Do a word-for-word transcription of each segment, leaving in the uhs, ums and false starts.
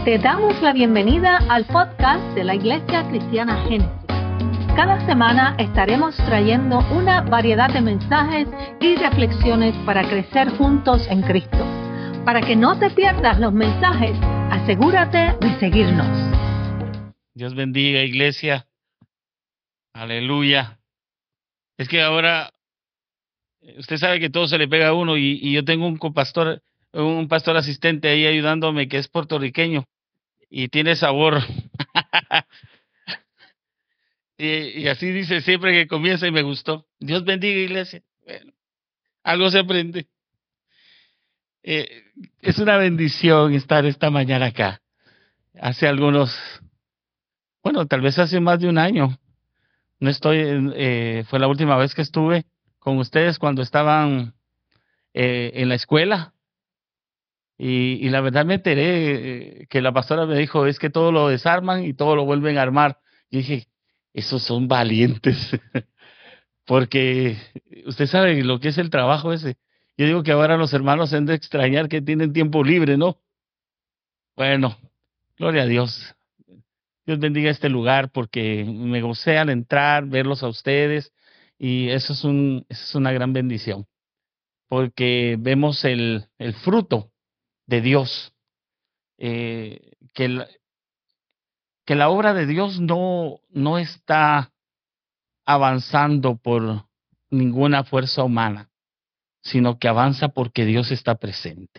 Te damos la bienvenida al podcast de la Iglesia Cristiana Génesis. Cada semana estaremos trayendo una variedad de mensajes y reflexiones para crecer juntos en Cristo. Para que no te pierdas los mensajes, asegúrate de seguirnos. Dios bendiga, iglesia. Aleluya. Es que ahora, usted sabe que todo se le pega a uno y, y yo tengo un pastor, un pastor asistente ahí ayudándome que es puertorriqueño y tiene sabor. y, y así dice siempre que comienza y me gustó. Dios bendiga, iglesia. Bueno, algo se aprende. Eh, es una bendición estar esta mañana acá. Hace algunos, bueno, tal vez hace más de un año. No estoy, eh, fue la última vez que estuve con ustedes cuando estaban eh, en la escuela. Y, y la verdad me enteré eh, que la pastora me dijo, es que todo lo desarman y todo lo vuelven a armar. Y dije, esos son valientes, porque usted sabe lo que es el trabajo ese. Yo digo que ahora los hermanos han de extrañar que tienen tiempo libre, ¿no? Bueno, gloria a Dios. Dios bendiga este lugar porque me gocé al entrar, verlos a ustedes y eso es un, eso es una gran bendición porque vemos el, el fruto de Dios. Eh, que, la, que la obra de Dios no, no está avanzando por ninguna fuerza humana, sino que avanza porque Dios está presente.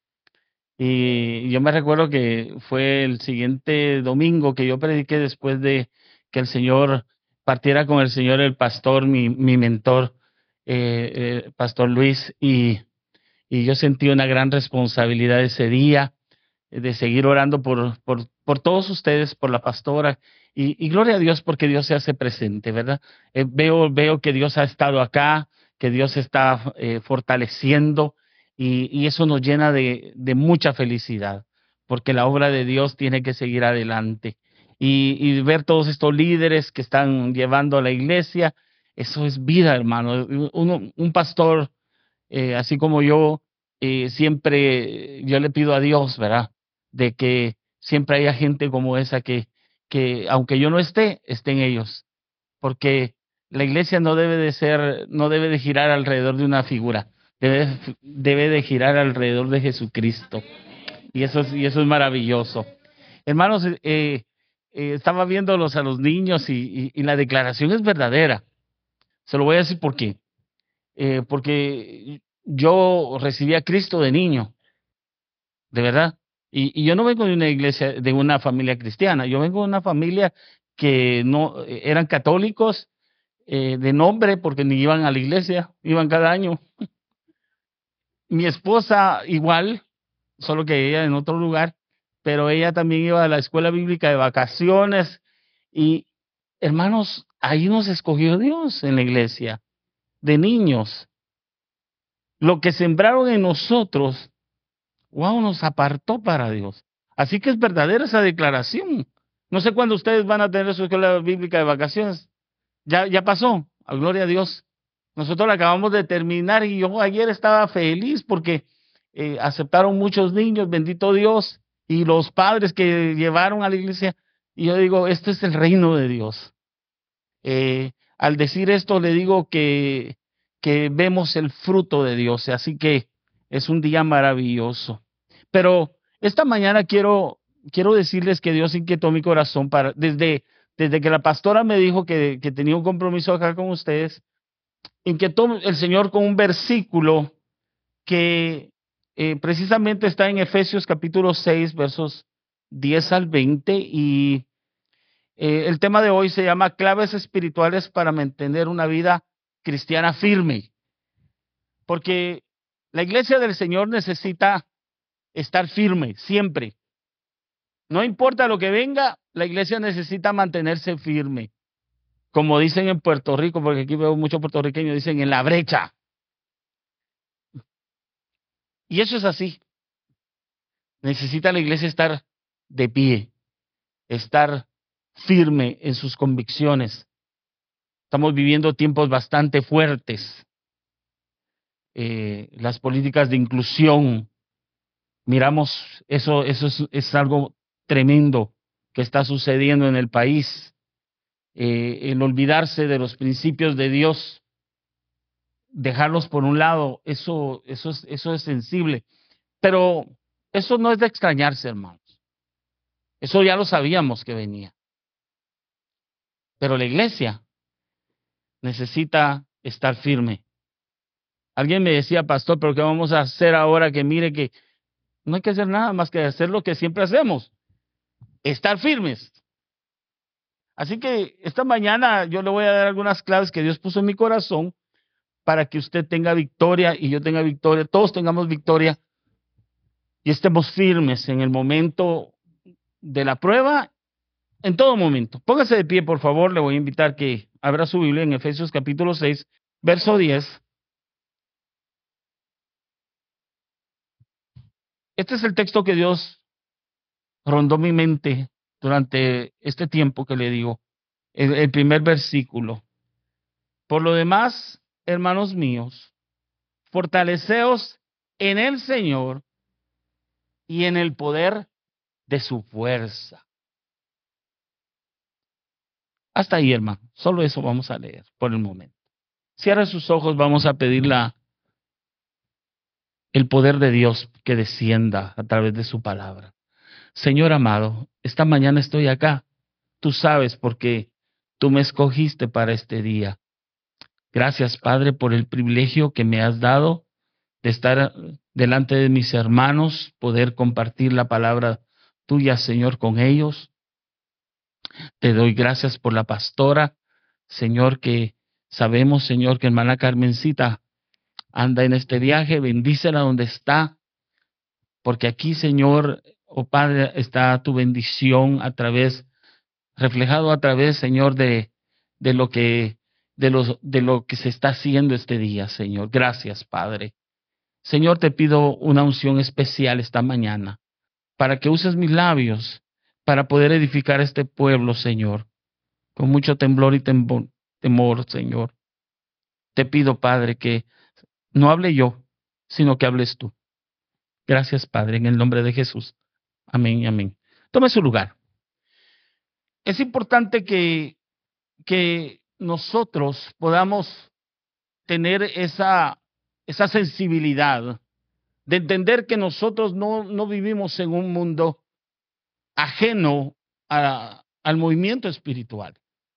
Y yo me recuerdo que fue el siguiente domingo que yo prediqué después de que el Señor partiera con el Señor, el pastor, mi, mi mentor, eh, eh, Pastor Luis, y, y yo sentí una gran responsabilidad ese día de seguir orando por, por, por todos ustedes, por la pastora, y, y gloria a Dios porque Dios se hace presente, ¿verdad? Eh, veo, veo que Dios ha estado acá, que Dios está eh, fortaleciendo, y, y eso nos llena de, de mucha felicidad, porque la obra de Dios tiene que seguir adelante. Y, y ver todos estos líderes que están llevando a la iglesia, eso es vida, hermano. Uno, un pastor, eh, así como yo, eh, siempre yo le pido a Dios, ¿verdad? De que siempre haya gente como esa que, que aunque yo no esté, estén ellos. Porque la iglesia no debe de ser, no debe de girar alrededor de una figura, debe, debe de girar alrededor de Jesucristo. Y eso es, y eso es maravilloso. Hermanos, eh, eh, estaba viéndolos a los niños y, y, y la declaración es verdadera. Se lo voy a decir por qué. Eh, porque yo recibí a Cristo de niño, de verdad. Y, y yo no vengo de una iglesia, de una familia cristiana. Yo vengo de una familia que no eran católicos eh, de nombre, porque ni iban a la iglesia, iban cada año. Mi esposa igual, solo que ella en otro lugar, pero ella también iba a la escuela bíblica de vacaciones. Y hermanos, ahí nos escogió Dios en la iglesia, de niños. Lo que sembraron en nosotros, wow, nos apartó para Dios. Así que es verdadera esa declaración. No sé cuándo ustedes van a tener su escuela bíblica de vacaciones. Ya, ya pasó, a gloria a Dios. Nosotros la acabamos de terminar y yo ayer estaba feliz porque eh, aceptaron muchos niños, bendito Dios, y los padres que llevaron a la iglesia. Y yo digo, esto es el reino de Dios. Eh, al decir esto le digo que, que vemos el fruto de Dios, así que es un día maravilloso. Pero esta mañana quiero, quiero decirles que Dios inquietó mi corazón para, desde, desde que la pastora me dijo que, que tenía un compromiso acá con ustedes, inquietó el Señor con un versículo que eh, precisamente está en Efesios capítulo seis, versos diez al veinte, y eh, el tema de hoy se llama claves espirituales para mantener una vida cristiana firme, porque la iglesia del Señor necesita estar firme siempre. No importa lo que venga, la iglesia necesita mantenerse firme. Como dicen en Puerto Rico, porque aquí veo muchos puertorriqueños, dicen en la brecha. Y eso es así. Necesita la iglesia estar de pie, estar firme en sus convicciones. Estamos viviendo tiempos bastante fuertes. Eh, las políticas de inclusión, miramos, eso, eso es, es algo tremendo que está sucediendo en el país, eh, el olvidarse de los principios de Dios, dejarlos por un lado, eso, eso, es, eso es sensible. Pero eso no es de extrañarse, hermanos. Eso ya lo sabíamos que venía. Pero la iglesia necesita estar firme. Alguien me decía, pastor, pero ¿qué vamos a hacer ahora que mire que no hay que hacer nada más que hacer lo que siempre hacemos? Estar firmes. Así que esta mañana yo le voy a dar algunas claves que Dios puso en mi corazón para que usted tenga victoria y yo tenga victoria, todos tengamos victoria y estemos firmes en el momento de la prueba, en todo momento. Póngase de pie, por favor. Le voy a invitar que abra su Biblia en Efesios capítulo seis, verso diez. Este es el texto que Dios rondó mi mente durante este tiempo que le digo. El, el primer versículo. Por lo demás, hermanos míos, fortaleceos en el Señor y en el poder de su fuerza. Hasta ahí, hermano. Solo eso vamos a leer por el momento. Cierra sus ojos, vamos a pedir la, el poder de Dios que descienda a través de su palabra. Señor amado, esta mañana estoy acá. Tú sabes por qué tú me escogiste para este día. Gracias, Padre, por el privilegio que me has dado de estar delante de mis hermanos, poder compartir la palabra tuya, Señor, con ellos. Te doy gracias por la pastora, Señor, que sabemos, Señor, que hermana Carmencita anda en este viaje. Bendícela donde está, porque aquí, Señor, oh Padre, está tu bendición a través, reflejado a través, Señor, de, de lo que, de los, de lo que se está haciendo este día, Señor. Gracias, Padre. Señor, te pido una unción especial esta mañana para que uses mis labios para poder edificar este pueblo, Señor, con mucho temblor y temor, temor, Señor. Te pido, Padre, que no hable yo, sino que hables tú. Gracias, Padre, en el nombre de Jesús. Amén y amén. Tome su lugar. Es importante que, que nosotros podamos tener esa, esa sensibilidad de entender que nosotros no, no vivimos en un mundo ajeno a, al movimiento espiritual.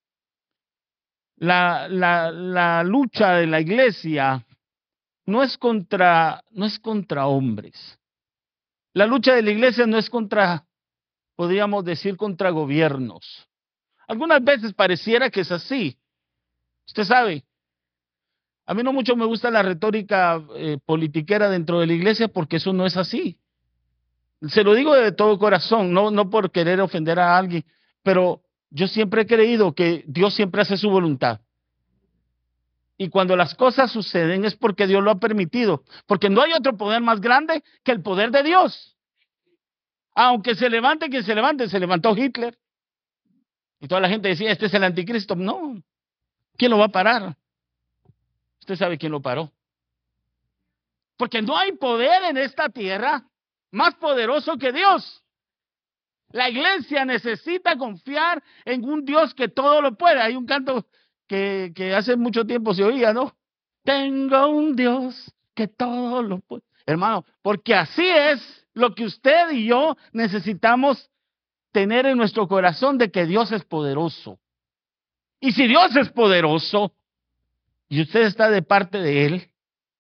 La, la, la lucha de la iglesia no es contra, no es contra hombres. La lucha de la iglesia no es contra, podríamos decir, contra gobiernos. Algunas veces pareciera que es así. Usted sabe, a mí no mucho me gusta la retórica eh, politiquera dentro de la iglesia porque eso no es así. Se lo digo de todo corazón, no, no por querer ofender a alguien, pero yo siempre he creído que Dios siempre hace su voluntad. Y cuando las cosas suceden es porque Dios lo ha permitido, porque no hay otro poder más grande que el poder de Dios. Aunque se levante quien se levante, se levantó Hitler. Y toda la gente decía, este es el anticristo. No, ¿quién lo va a parar? Usted sabe quién lo paró. Porque no hay poder en esta tierra más poderoso que Dios. La iglesia necesita confiar en un Dios que todo lo puede. Hay un canto que, que hace mucho tiempo se oía, ¿no? Tengo un Dios que todo lo puede. Hermano, porque así es lo que usted y yo necesitamos tener en nuestro corazón, de que Dios es poderoso. Y si Dios es poderoso y usted está de parte de Él,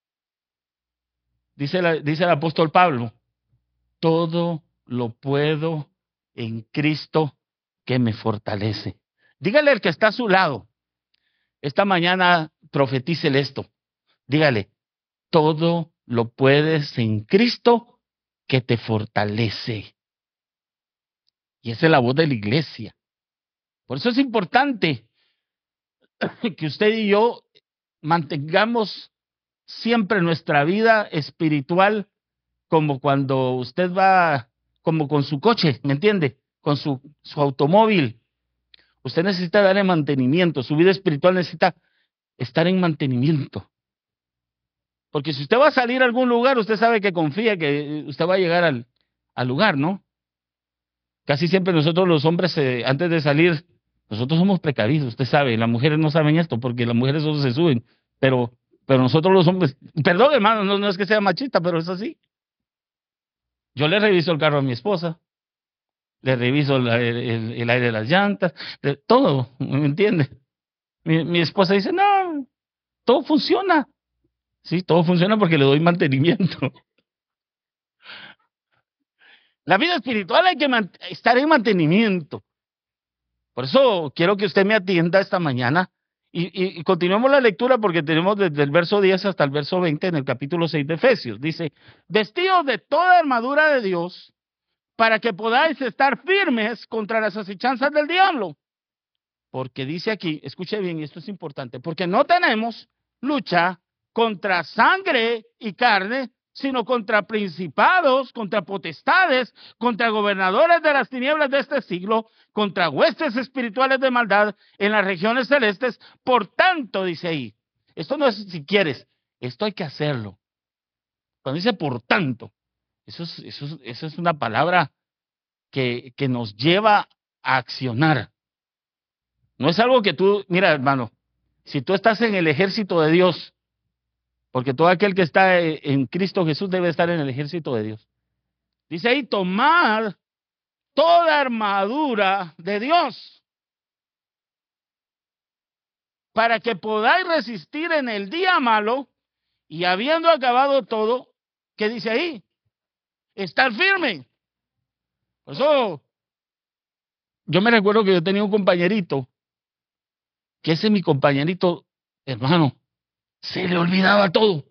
dice, la, dice el apóstol Pablo, todo lo puedo en Cristo que me fortalece. Dígale al que está a su lado, esta mañana profetícele esto. Dígale, todo lo puedes en Cristo que te fortalece. Y esa es la voz de la iglesia. Por eso es importante que usted y yo mantengamos siempre nuestra vida espiritual como cuando usted va, como con su coche, ¿me entiende? Con su, su automóvil. Usted necesita darle mantenimiento. Su vida espiritual necesita estar en mantenimiento. Porque si usted va a salir a algún lugar, usted sabe que confía que usted va a llegar al, al lugar, ¿no? casi siempre nosotros los hombres, eh, antes de salir, nosotros somos precavidos, usted sabe, las mujeres no saben esto porque las mujeres solo se suben, pero, pero nosotros los hombres, perdón hermano, no, no es que sea machista, pero es así. Yo le reviso el carro a mi esposa, le reviso la- el, el- el aire de las llantas, de, todo, ¿me entiende? Mi, mi esposa dice, no, todo funciona. Sí, todo funciona porque le doy mantenimiento. La vida espiritual hay que man- estar en mantenimiento. Por eso quiero que usted me atienda esta mañana y, y, y continuemos la lectura porque tenemos desde el verso diez hasta el verso veinte en el capítulo seis de Efesios. Dice, vestidos de toda armadura de Dios para que podáis estar firmes contra las acechanzas del diablo. Porque dice aquí, escuche bien, y esto es importante, porque no tenemos lucha contra sangre y carne, sino contra principados, contra potestades, contra gobernadores de las tinieblas de este siglo, contra huestes espirituales de maldad en las regiones celestes. Por tanto, dice ahí, esto no es si quieres, esto hay que hacerlo. Cuando dice por tanto, eso es, eso es, eso es una palabra que, que nos lleva a accionar. No es algo que tú, mira hermano, si tú estás en el ejército de Dios, porque todo aquel que está en Cristo Jesús debe estar en el ejército de Dios. Dice ahí, tomad toda armadura de Dios para que podáis resistir en el día malo y habiendo acabado todo, ¿qué dice ahí? Estar firme. Por eso, yo me recuerdo que yo tenía un compañerito, que ese mi compañerito, hermano, se le olvidaba todo.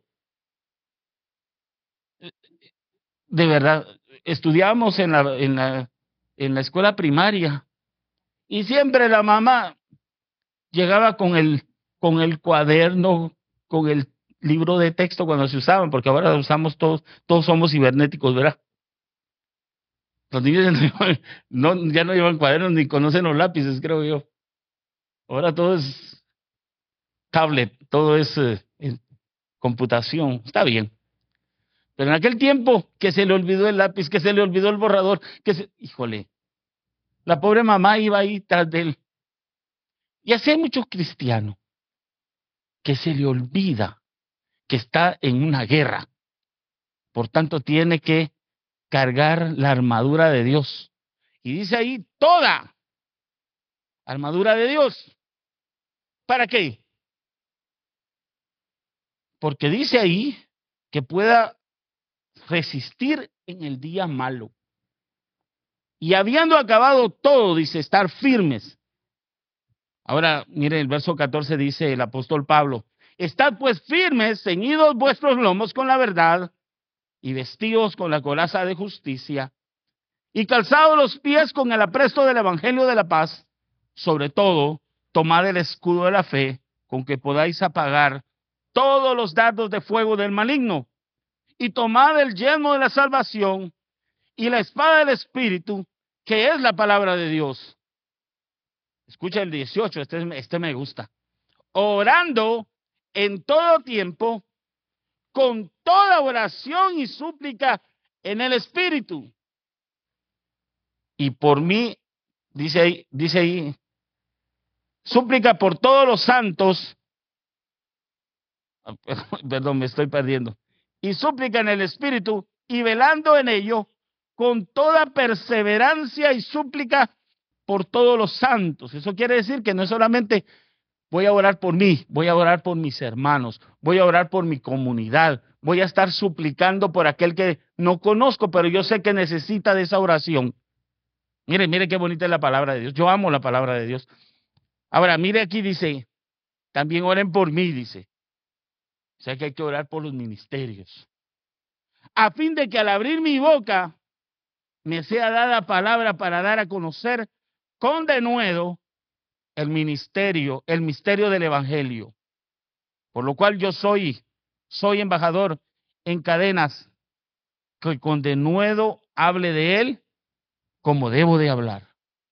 De verdad, estudiábamos en la, en la, en la escuela primaria y siempre la mamá llegaba con el, con el cuaderno, con el libro de texto cuando se usaban, porque ahora usamos todos, todos somos cibernéticos, ¿verdad? Los niños ya no, llevan, no, ya no llevan cuadernos ni conocen los lápices, creo yo. Ahora todo es tablet, todo es eh, computación, está bien. Pero en aquel tiempo que se le olvidó el lápiz, que se le olvidó el borrador, que se, híjole, la pobre mamá iba ahí tras de él. Y así hay muchos cristianos que se le olvida que está en una guerra. Por tanto, tiene que cargar la armadura de Dios. Y dice ahí, toda armadura de Dios. ¿Para qué? Porque dice ahí que pueda resistir en el día malo. Y habiendo acabado todo, dice, estar firmes. Ahora, miren, el verso catorce dice el apóstol Pablo, estad pues firmes, ceñidos vuestros lomos con la verdad y vestidos con la coraza de justicia y calzados los pies con el apresto del evangelio de la paz. Sobre todo, tomad el escudo de la fe con que podáis apagar todos los dardos de fuego del maligno y tomad el yelmo de la salvación y la espada del Espíritu, que es la palabra de Dios. Escucha el dieciocho, este, este me gusta. Orando en todo tiempo, con toda oración y súplica en el Espíritu. Y por mí, dice ahí, dice ahí, súplica por todos los santos, perdón, me estoy perdiendo, y súplica en el Espíritu, y velando en ello, con toda perseverancia y súplica por todos los santos. Eso quiere decir que no es solamente voy a orar por mí, voy a orar por mis hermanos, voy a orar por mi comunidad, voy a estar suplicando por aquel que no conozco, pero yo sé que necesita de esa oración. Mire, mire qué bonita es la palabra de Dios. Yo amo la palabra de Dios. Ahora, mire aquí dice, también oren por mí, dice. O sea que hay que orar por los ministerios. A fin de que al abrir mi boca me sea dada palabra para dar a conocer con denuedo el ministerio, el misterio del evangelio. Por lo cual yo soy, soy embajador en cadenas, que con denuedo hable de él como debo de hablar.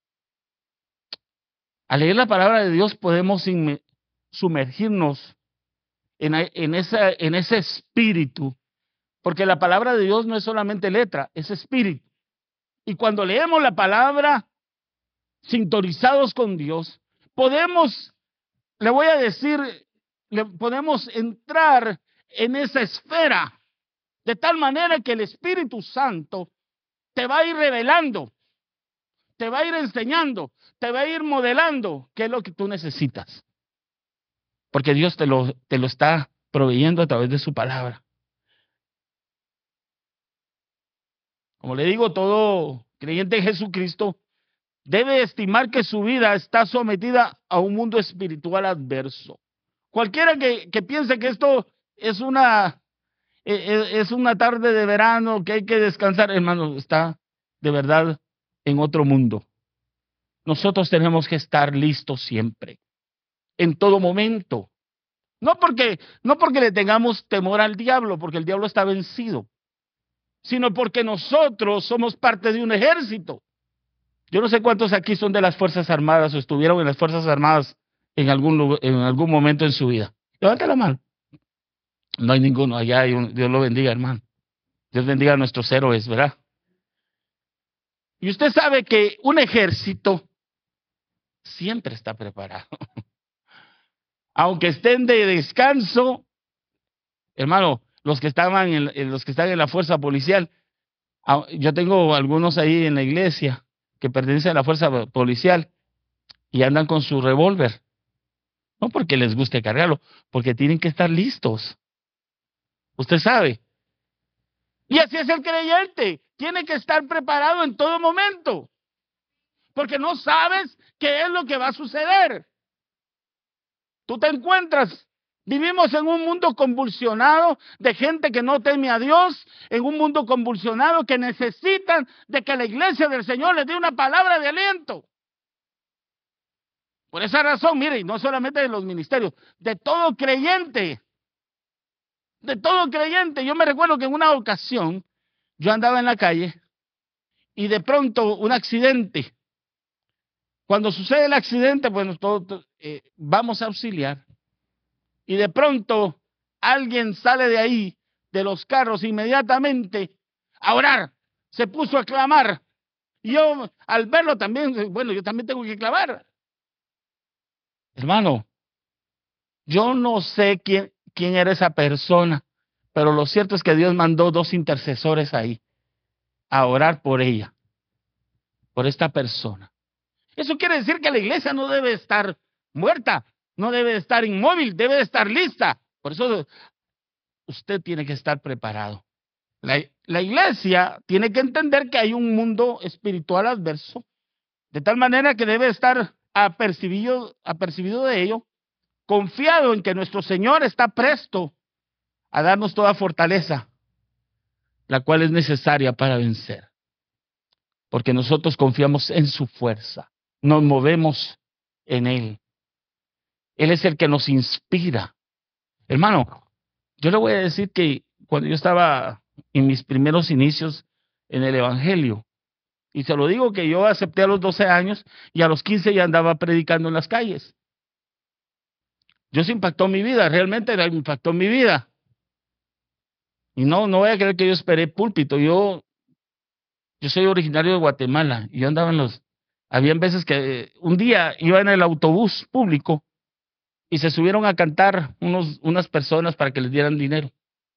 Al leer la palabra de Dios podemos sumergirnos en, en, esa, en ese espíritu, porque la palabra de Dios no es solamente letra, es espíritu. Y cuando leemos la palabra, sintonizados con Dios, podemos, le voy a decir, le podemos entrar en esa esfera de tal manera que el Espíritu Santo te va a ir revelando, te va a ir enseñando, te va a ir modelando qué es lo que tú necesitas. Porque Dios te lo, te lo está proveyendo a través de su palabra. Como le digo, todo creyente en Jesucristo debe estimar que su vida está sometida a un mundo espiritual adverso. Cualquiera que, que piense que esto es una, es una tarde de verano, que hay que descansar, hermano, está de verdad en otro mundo. Nosotros tenemos que estar listos siempre, en todo momento. No porque, no porque le tengamos temor al diablo, porque el diablo está vencido, sino porque nosotros somos parte de un ejército. Yo no sé cuántos aquí son de las Fuerzas Armadas o estuvieron en las Fuerzas Armadas en algún, en algún momento en su vida. Levanta la mano. No hay ninguno allá. Hay un, Dios lo bendiga, hermano. Dios bendiga a nuestros héroes, ¿verdad? Y usted sabe que un ejército siempre está preparado. Aunque estén de descanso, hermano, los que estaban en, en los que están en la fuerza policial, yo tengo algunos ahí en la iglesia que pertenecen a la fuerza policial y andan con su revólver. No porque les guste cargarlo, porque tienen que estar listos. Usted sabe. Y así es el creyente. Tiene que estar preparado en todo momento. Porque no sabes qué es lo que va a suceder. Tú te encuentras, vivimos en un mundo convulsionado de gente que no teme a Dios, en un mundo convulsionado que necesitan de que la iglesia del Señor les dé una palabra de aliento. Por esa razón, mire, y no solamente de los ministerios, de todo creyente, de todo creyente. Yo me recuerdo que en una ocasión yo andaba en la calle y de pronto un accidente. Cuando sucede el accidente, pues todos eh, vamos a auxiliar. Y de pronto alguien sale de ahí, de los carros, inmediatamente a orar. Se puso a clamar. Y yo al verlo también, bueno, yo también tengo que clamar. Hermano, yo no sé quién, quién era esa persona, pero lo cierto es que Dios mandó dos intercesores ahí a orar por ella, por esta persona. Eso quiere decir que la iglesia no debe estar muerta, no debe estar inmóvil, debe estar lista. Por eso usted tiene que estar preparado. La, la iglesia tiene que entender que hay un mundo espiritual adverso, de tal manera que debe estar apercibido, apercibido de ello, confiado en que nuestro Señor está presto a darnos toda fortaleza, la cual es necesaria para vencer. Porque nosotros confiamos en su fuerza, nos movemos en Él. Él es el que nos inspira. Hermano, yo le voy a decir que cuando yo estaba en mis primeros inicios en el Evangelio, y se lo digo que yo acepté a los doce años y a los quince ya andaba predicando en las calles. Dios impactó mi vida, realmente impactó mi vida. Y no, no voy a creer que yo esperé púlpito. Yo, yo soy originario de Guatemala y yo andaba en los... Habían veces que un día iba en el autobús público y se subieron a cantar unos, unas personas para que les dieran dinero.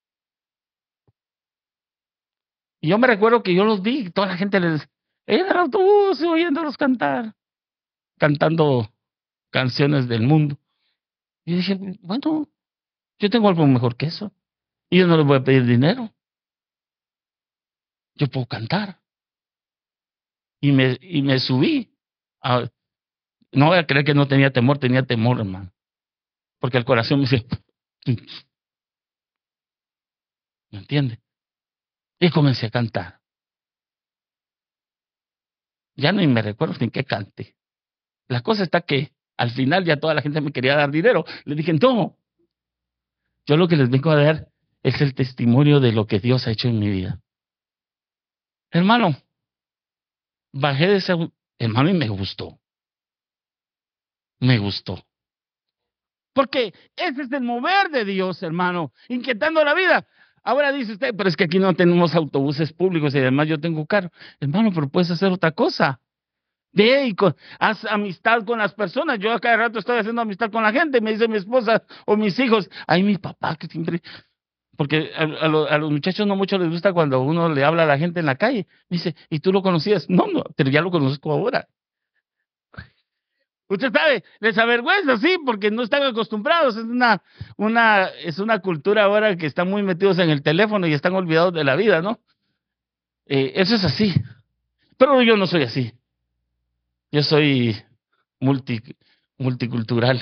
Y yo me recuerdo que yo los vi, toda la gente les... En el autobús oyéndolos cantar, cantando canciones del mundo. Y dije, bueno, yo tengo algo mejor que eso. Y yo no les voy a pedir dinero. Yo puedo cantar. Y me, y me subí. A, no voy a creer que no tenía temor, tenía temor, hermano. Porque el corazón me dice, ¿me entiende? Y comencé a cantar. Ya no me recuerdo ni qué cante. La cosa está que al final ya toda la gente me quería dar dinero. Le dije, no. Yo lo que les vengo a dar es el testimonio de lo que Dios ha hecho en mi vida. Hermano, bajé de ese... Hermano, y me gustó. Me gustó. Porque ese es el mover de Dios, hermano, inquietando la vida. Ahora dice usted, pero es que aquí no tenemos autobuses públicos y además yo tengo carro. Hermano, pero puedes hacer otra cosa. Ve y con, haz amistad con las personas. Yo a cada rato estoy haciendo amistad con la gente. Me dice mi esposa o mis hijos, ay, mi papá, que siempre... Porque a, a, lo, a los muchachos no mucho les gusta cuando uno le habla a la gente en la calle. Me dice, ¿y tú lo conocías? No, no, pero ya lo conozco ahora. Usted sabe, les avergüenza, sí, porque no están acostumbrados. Es una, una, es una cultura ahora que están muy metidos en el teléfono y están olvidados de la vida, ¿no? Eh, eso es así. Pero yo no soy así. Yo soy multi, multicultural.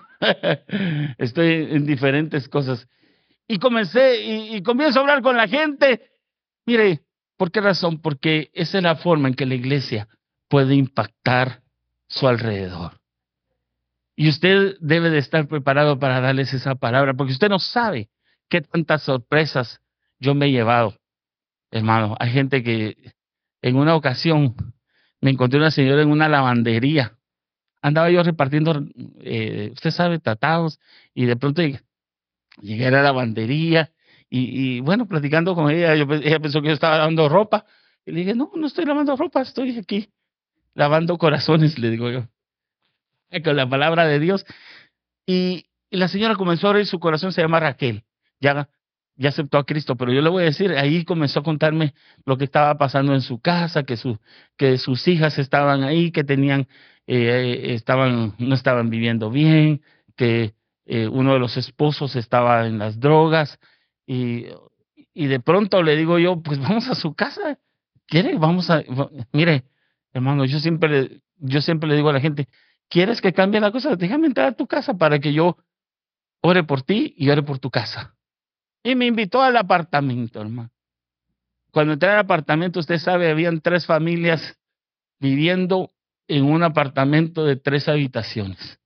Estoy en diferentes cosas. Y comencé, y, y comienzo a hablar con la gente. Mire, ¿por qué razón? Porque esa es la forma en que la iglesia puede impactar su alrededor. Y usted debe de estar preparado para darles esa palabra, porque usted no sabe qué tantas sorpresas yo me he llevado, hermano. Hay gente que en una ocasión me encontré una señora en una lavandería. Andaba yo repartiendo, eh, usted sabe, tratados, y de pronto llegué a la lavandería y, y bueno, platicando con ella, yo, ella pensó que yo estaba lavando ropa. Y le dije, no, no estoy lavando ropa, estoy aquí lavando corazones, le digo yo, con la palabra de Dios. Y, y la señora comenzó a abrir su corazón, se llama Raquel, ya, ya aceptó a Cristo, pero yo le voy a decir, ahí comenzó a contarme lo que estaba pasando en su casa, que, su, que sus hijas estaban ahí, que tenían, eh, estaban, no estaban viviendo bien, que eh, uno de los esposos estaba en las drogas, y, y de pronto le digo yo, pues vamos a su casa, ¿quiere? Vamos a, va- mire, hermano, yo siempre, le- yo siempre le digo a la gente, ¿quieres que cambie la cosa? Déjame entrar a tu casa para que yo ore por ti y ore por tu casa. Y me invitó al apartamento, hermano. Cuando entré al apartamento, usted sabe, habían tres familias viviendo en un apartamento de tres habitaciones.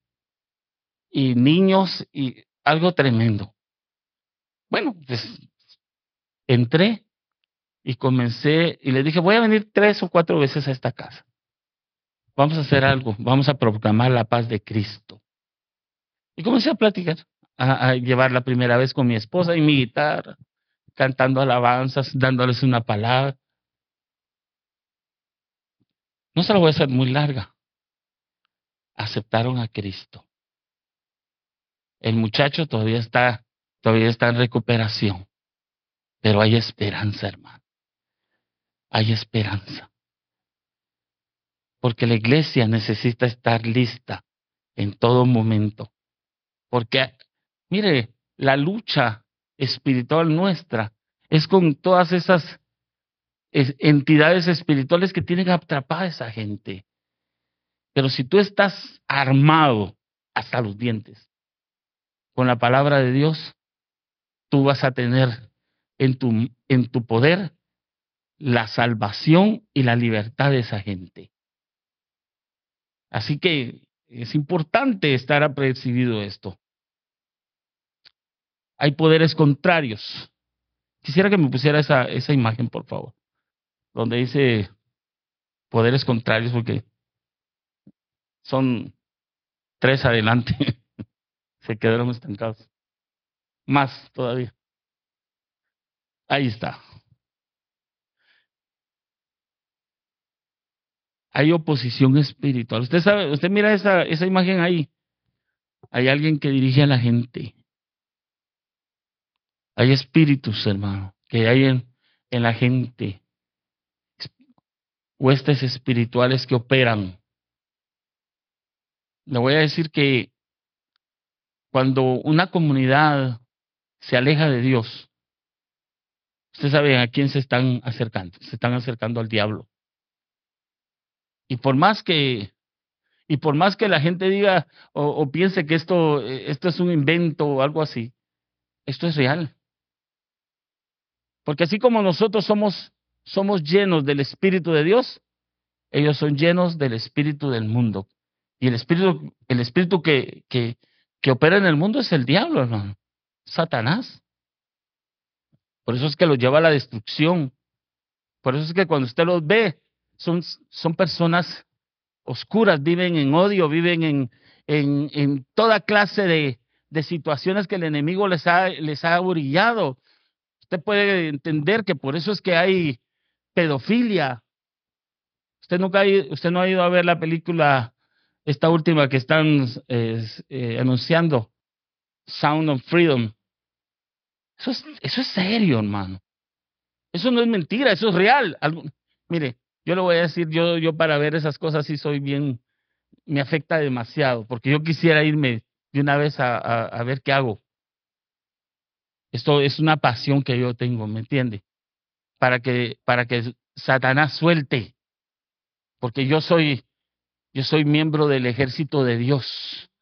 Y niños y algo tremendo. Bueno, pues entré y comencé y le dije, voy a venir tres o cuatro veces a esta casa. Vamos a hacer algo, vamos a proclamar la paz de Cristo. Y comencé a platicar, a, a llevar la primera vez con mi esposa y mi guitarra, cantando alabanzas, dándoles una palabra. No se la voy a hacer muy larga. Aceptaron a Cristo. El muchacho todavía está, todavía está en recuperación, pero hay esperanza, hermano. Hay esperanza. Porque la iglesia necesita estar lista en todo momento. Porque, mire, la lucha espiritual nuestra es con todas esas es, entidades espirituales que tienen atrapada a esa gente. Pero si tú estás armado hasta los dientes con la palabra de Dios, tú vas a tener en tu, en tu poder la salvación y la libertad de esa gente. Así que es importante estar apercibido de esto. Hay poderes contrarios. Quisiera que me pusiera esa, esa imagen, por favor, donde dice poderes contrarios, porque son tres adelante. Se quedaron estancados. Más todavía. Ahí está. Hay oposición espiritual. Usted sabe, usted mira esa, esa imagen ahí. Hay alguien que dirige a la gente. Hay espíritus, hermano, que hay en, en la gente. Huestes espirituales que operan. Le voy a decir que cuando una comunidad se aleja de Dios, usted sabe a quién se están acercando. Se están acercando al diablo. Y por más que Y por más que la gente diga o, o piense que esto, eh, esto es un invento o algo así, esto es real. Porque así como nosotros somos, somos llenos del Espíritu de Dios, ellos son llenos del Espíritu del mundo. Y el Espíritu, el Espíritu que, que, que opera en el mundo es el diablo, hermano. Satanás. Por eso es que los lleva a la destrucción. Por eso es que cuando usted los ve, son, son personas oscuras, viven en odio, viven en, en, en toda clase de, de situaciones que el enemigo les ha, les ha orillado. Usted puede entender que por eso es que hay pedofilia. Usted nunca ha ido, usted no ha ido a ver la película, esta última que están eh, eh, anunciando, Sound of Freedom. Eso es, eso es serio, hermano. Eso no es mentira, eso es real. Algo, mire, yo le voy a decir, yo, yo para ver esas cosas sí soy bien, me afecta demasiado, porque yo quisiera irme de una vez a, a, a ver qué hago. Esto es una pasión que yo tengo, ¿me entiende? Para que, para que Satanás suelte, porque yo soy, yo soy miembro del ejército de Dios.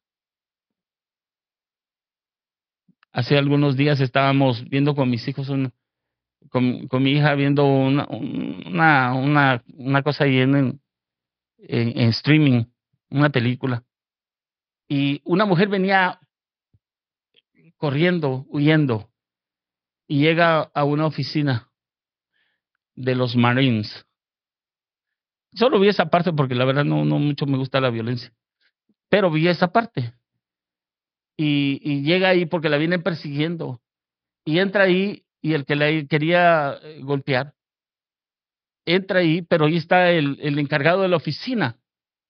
Hace algunos días estábamos viendo con mis hijos, un, con, con mi hija viendo una, una, una, una cosa ahí en, en, en streaming, una película. Y una mujer venía corriendo, huyendo, y llega a una oficina de los Marines. Solo vi esa parte porque la verdad no, no mucho me gusta la violencia, pero vi esa parte. Y, y llega ahí porque la vienen persiguiendo. Y entra ahí y el que la quería golpear, entra ahí, pero ahí está el, el encargado de la oficina.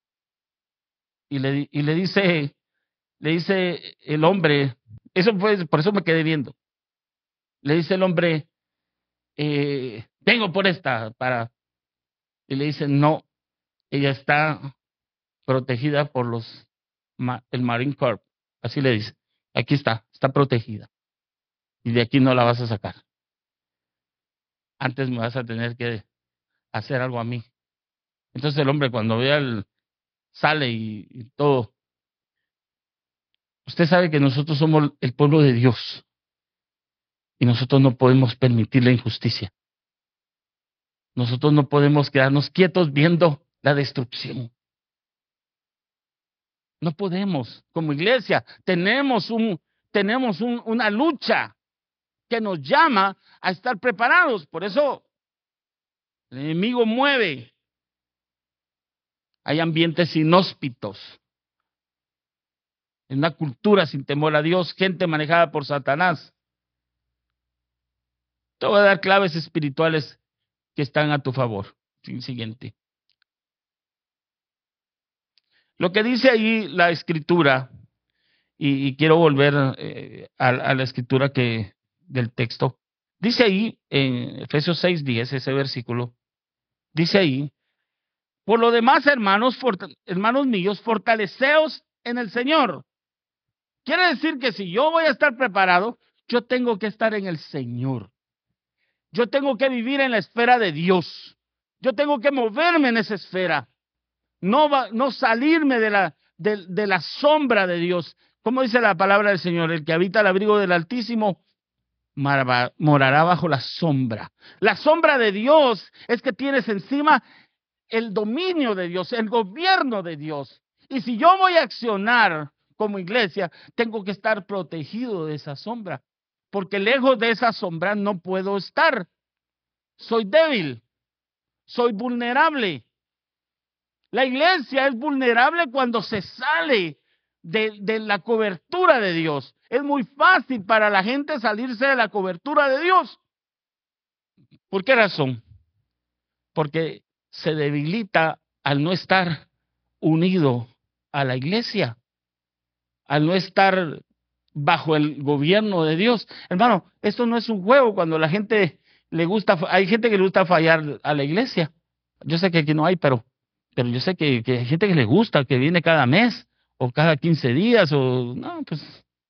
Y le, y le dice, le dice el hombre, eso fue, por eso me quedé viendo. Le dice el hombre, eh, vengo por esta, para, y le dice, no, ella está protegida por los, el Marine Corps, así le dice, aquí está, está protegida, y de aquí no la vas a sacar. Antes me vas a tener que hacer algo a mí. Entonces el hombre cuando vea el, sale y, y todo. Usted sabe que nosotros somos el pueblo de Dios, y nosotros no podemos permitir la injusticia. Nosotros no podemos quedarnos quietos viendo la destrucción. No podemos. Como iglesia tenemos, un, tenemos un, una lucha que nos llama a estar preparados. Por eso el enemigo mueve. Hay ambientes inhóspitos. En una cultura sin temor a Dios, gente manejada por Satanás. Te voy a dar claves espirituales que están a tu favor. Siguiente. Lo que dice ahí la escritura, y, y quiero volver eh, a, a la escritura que del texto, dice ahí en Efesios seis diez, ese versículo, dice ahí, por lo demás, hermanos, hermanos míos, fortaleceos en el Señor. Quiere decir que si yo voy a estar preparado, yo tengo que estar en el Señor. Yo tengo que vivir en la esfera de Dios. Yo tengo que moverme en esa esfera. No, va, no salirme de la, de, de la sombra de Dios. Como dice la palabra del Señor, el que habita al abrigo del Altísimo morará bajo la sombra. La sombra de Dios es que tienes encima el dominio de Dios, el gobierno de Dios. Y si yo voy a accionar como iglesia, tengo que estar protegido de esa sombra, porque lejos de esa sombra no puedo estar. Soy débil, soy vulnerable. La iglesia es vulnerable cuando se sale de, de la cobertura de Dios. Es muy fácil para la gente salirse de la cobertura de Dios. ¿Por qué razón? Porque se debilita al no estar unido a la iglesia, al no estar bajo el gobierno de Dios. Hermano, esto no es un juego cuando la gente le gusta, hay gente que le gusta fallar a la iglesia. Yo sé que aquí no hay, pero, pero yo sé que, que hay gente que le gusta, que viene cada mes o cada quince días o no, pues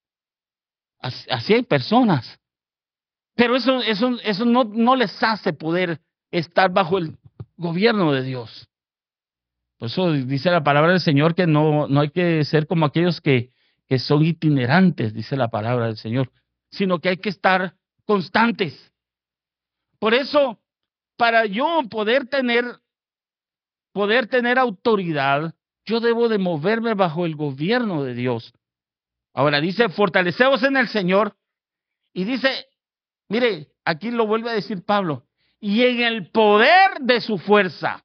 así, así hay personas. Pero eso, eso, eso no, no les hace poder estar bajo el gobierno de Dios. Por eso dice la palabra del Señor que no, no hay que ser como aquellos que, que son itinerantes, dice la palabra del Señor, sino que hay que estar constantes. Por eso, para yo poder tener, poder tener autoridad, yo debo de moverme bajo el gobierno de Dios. Ahora dice, fortaleceos en el Señor, y dice, mire, aquí lo vuelve a decir Pablo, y en el poder de su fuerza.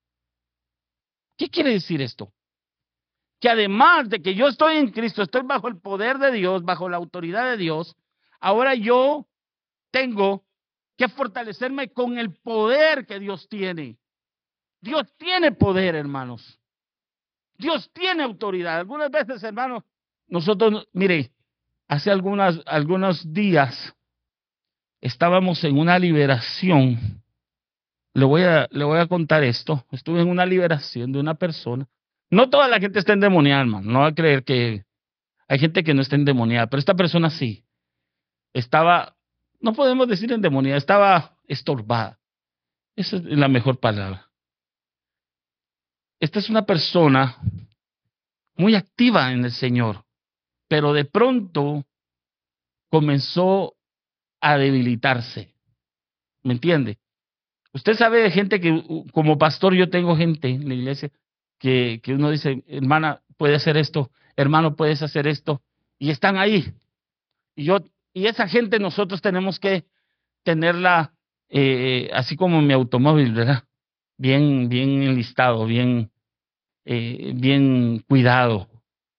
¿Qué quiere decir esto? Que además de que yo estoy en Cristo, estoy bajo el poder de Dios, bajo la autoridad de Dios, ahora yo tengo que fortalecerme con el poder que Dios tiene. Dios tiene poder, hermanos. Dios tiene autoridad. Algunas veces, hermanos, nosotros, mire, hace algunas, algunos días estábamos en una liberación. Le voy a, le voy a contar esto. Estuve en una liberación de una persona. No toda la gente está endemoniada, hermano. No va a creer que hay gente que no está endemoniada, pero esta persona sí. Estaba, no podemos decir endemoniada, estaba estorbada. Esa es la mejor palabra. Esta es una persona muy activa en el Señor, pero de pronto comenzó a debilitarse. ¿Me entiende? Usted sabe de gente que, como pastor, yo tengo gente en la iglesia que, que uno dice, hermana, puede hacer esto, hermano, puedes hacer esto, y están ahí. Y yo, y esa gente nosotros tenemos que tenerla, eh, así como mi automóvil, ¿verdad? Bien, bien enlistado, bien, eh, bien cuidado.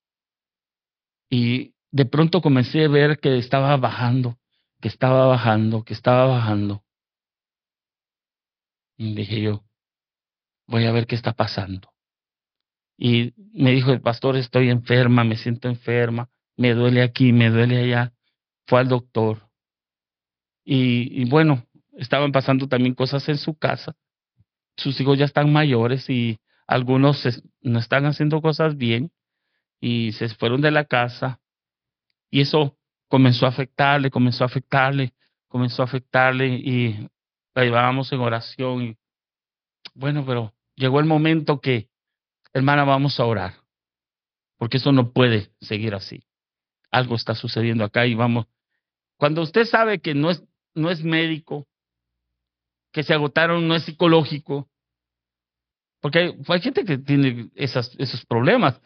Y de pronto comencé a ver que estaba bajando, que estaba bajando, que estaba bajando. Y dije yo, voy a ver qué está pasando. Y me dijo el pastor, estoy enferma, me siento enferma, me duele aquí, me duele allá. Fue al doctor. Y, y bueno, estaban pasando también cosas en su casa. Sus hijos ya están mayores y algunos se, no están haciendo cosas bien y se fueron de la casa. Y eso comenzó a afectarle, comenzó a afectarle, comenzó a afectarle y la llevábamos en oración. Y bueno, pero llegó el momento que, hermana, vamos a orar, porque eso no puede seguir así. Algo está sucediendo acá y vamos. Cuando usted sabe que no es, no es médico, que se agotaron, no es psicológico, porque hay, hay gente que tiene esas, esos problemas.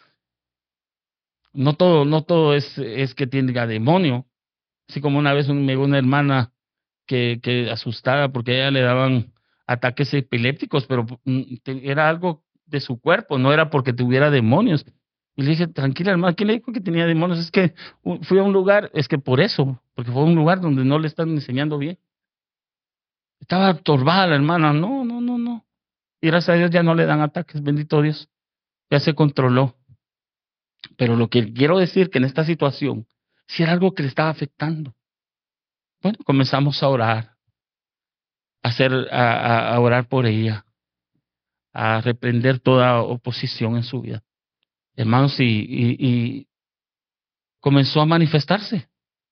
No todo, no todo es, es que tenga demonio. Así como una vez me llegó una hermana que, que asustada porque a ella le daban ataques epilépticos, pero mm, te- era algo de su cuerpo, no era porque tuviera demonios. Y le dije, tranquila hermana, ¿quién le dijo que tenía demonios? Es que uh, fui a un lugar, es que por eso, porque fue a un lugar donde no le están enseñando bien. Estaba turbada la hermana, no, no, no, no. Y gracias a Dios ya no le dan ataques, bendito Dios, ya se controló. Pero lo que quiero decir que en esta situación, si era algo que le estaba afectando, bueno, comenzamos a orar, a hacer, a, a- a orar por ella, a reprender toda oposición en su vida. Hermanos, y, y, y comenzó a manifestarse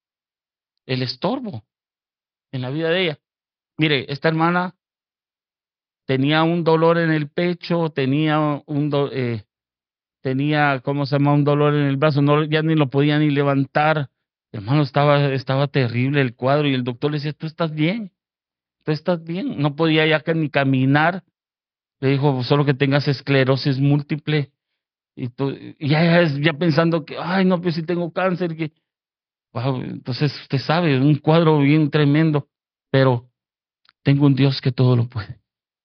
el estorbo en la vida de ella. Mire, esta hermana tenía un dolor en el pecho, tenía un do- eh, tenía, ¿cómo se llama? Un dolor en el brazo, no, ya ni lo podía ni levantar. Hermano, estaba, estaba terrible el cuadro y el doctor le decía, ¿tú estás bien? ¿Tú estás bien? No podía ya que ni caminar. Le dijo, solo que tengas esclerosis múltiple. Y, tú, y ya, ya, ya pensando que, ay, no, pues si tengo cáncer. Que, wow, entonces usted sabe, un cuadro bien tremendo. Pero tengo un Dios que todo lo puede.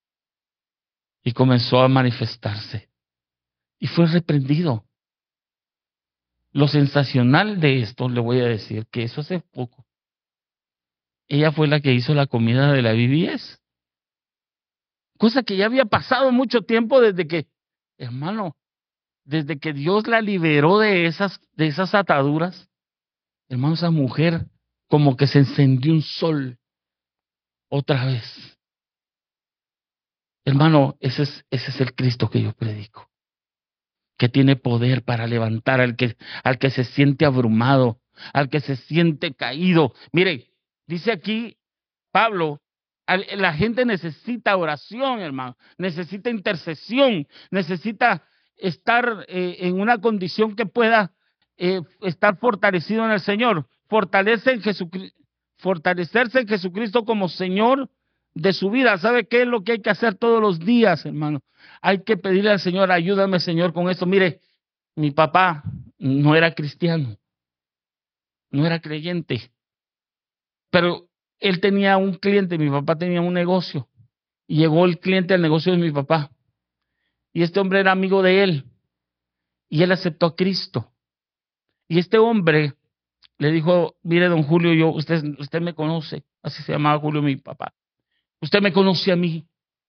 Y comenzó a manifestarse. Y fue reprendido. Lo sensacional de esto, le voy a decir, que eso hace poco. Ella fue la que hizo la comida de la B B S. Cosa que ya había pasado mucho tiempo desde que, hermano, desde que Dios la liberó de esas, de esas ataduras, hermano, esa mujer como que se encendió un sol otra vez. Hermano, ese es, ese es el Cristo que yo predico, que tiene poder para levantar al que, al que se siente abrumado, al que se siente caído. Mire, dice aquí Pablo, al- la gente necesita oración, hermano, necesita intercesión, necesita estar eh, en una condición que pueda eh, estar fortalecido en el Señor, fortalece en Jesucri- fortalecerse en Jesucristo como Señor de su vida. ¿Sabe qué es lo que hay que hacer todos los días, hermano? Hay que pedirle al Señor, ayúdame, Señor, con esto. Mire, mi papá no era cristiano, no era creyente, pero él tenía un cliente, mi papá tenía un negocio, y llegó el cliente al negocio de mi papá, y este hombre era amigo de él, y él aceptó a Cristo. Y este hombre le dijo, mire, don Julio, yo, usted, usted me conoce, así se llamaba Julio mi papá. Usted me conoce a mí.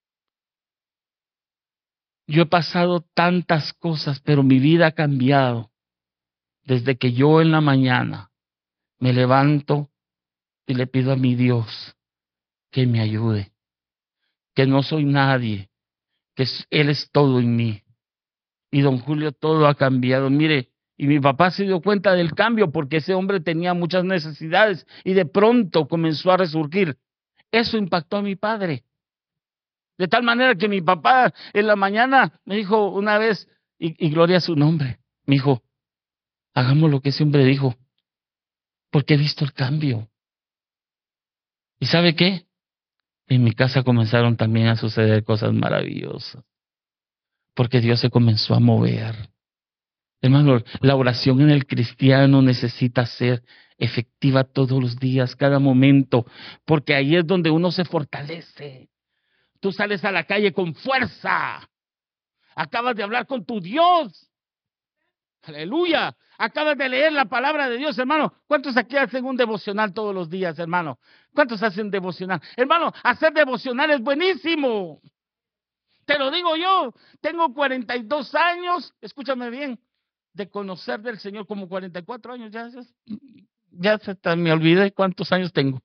Yo he pasado tantas cosas, pero mi vida ha cambiado desde que yo en la mañana me levanto y le pido a mi Dios que me ayude, que no soy nadie, que es- Él es todo en mí. Y don Julio, todo ha cambiado. Mire, y mi papá se dio cuenta del cambio porque ese hombre tenía muchas necesidades y de pronto comenzó a resurgir. Eso impactó a mi padre. De tal manera que mi papá en la mañana me dijo una vez, y, y gloria a su nombre, me dijo, hagamos lo que ese hombre dijo, porque he visto el cambio. ¿Y sabe qué? En mi casa comenzaron también a suceder cosas maravillosas, porque Dios se comenzó a mover. Hermano, la oración en el cristiano necesita ser efectiva todos los días, cada momento, porque ahí es donde uno se fortalece. Tú sales a la calle con fuerza. Acabas de hablar con tu Dios. Aleluya. Acabas de leer la palabra de Dios, hermano. ¿Cuántos aquí hacen un devocional todos los días, hermano? ¿Cuántos hacen devocional? Hermano, hacer devocional es buenísimo. Te lo digo yo. Tengo cuarenta y dos años. Escúchame bien. De conocer del Señor, como cuarenta y cuatro años, ya, ya, ya se ta- me olvidé cuántos años tengo.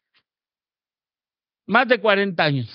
Más de cuarenta años,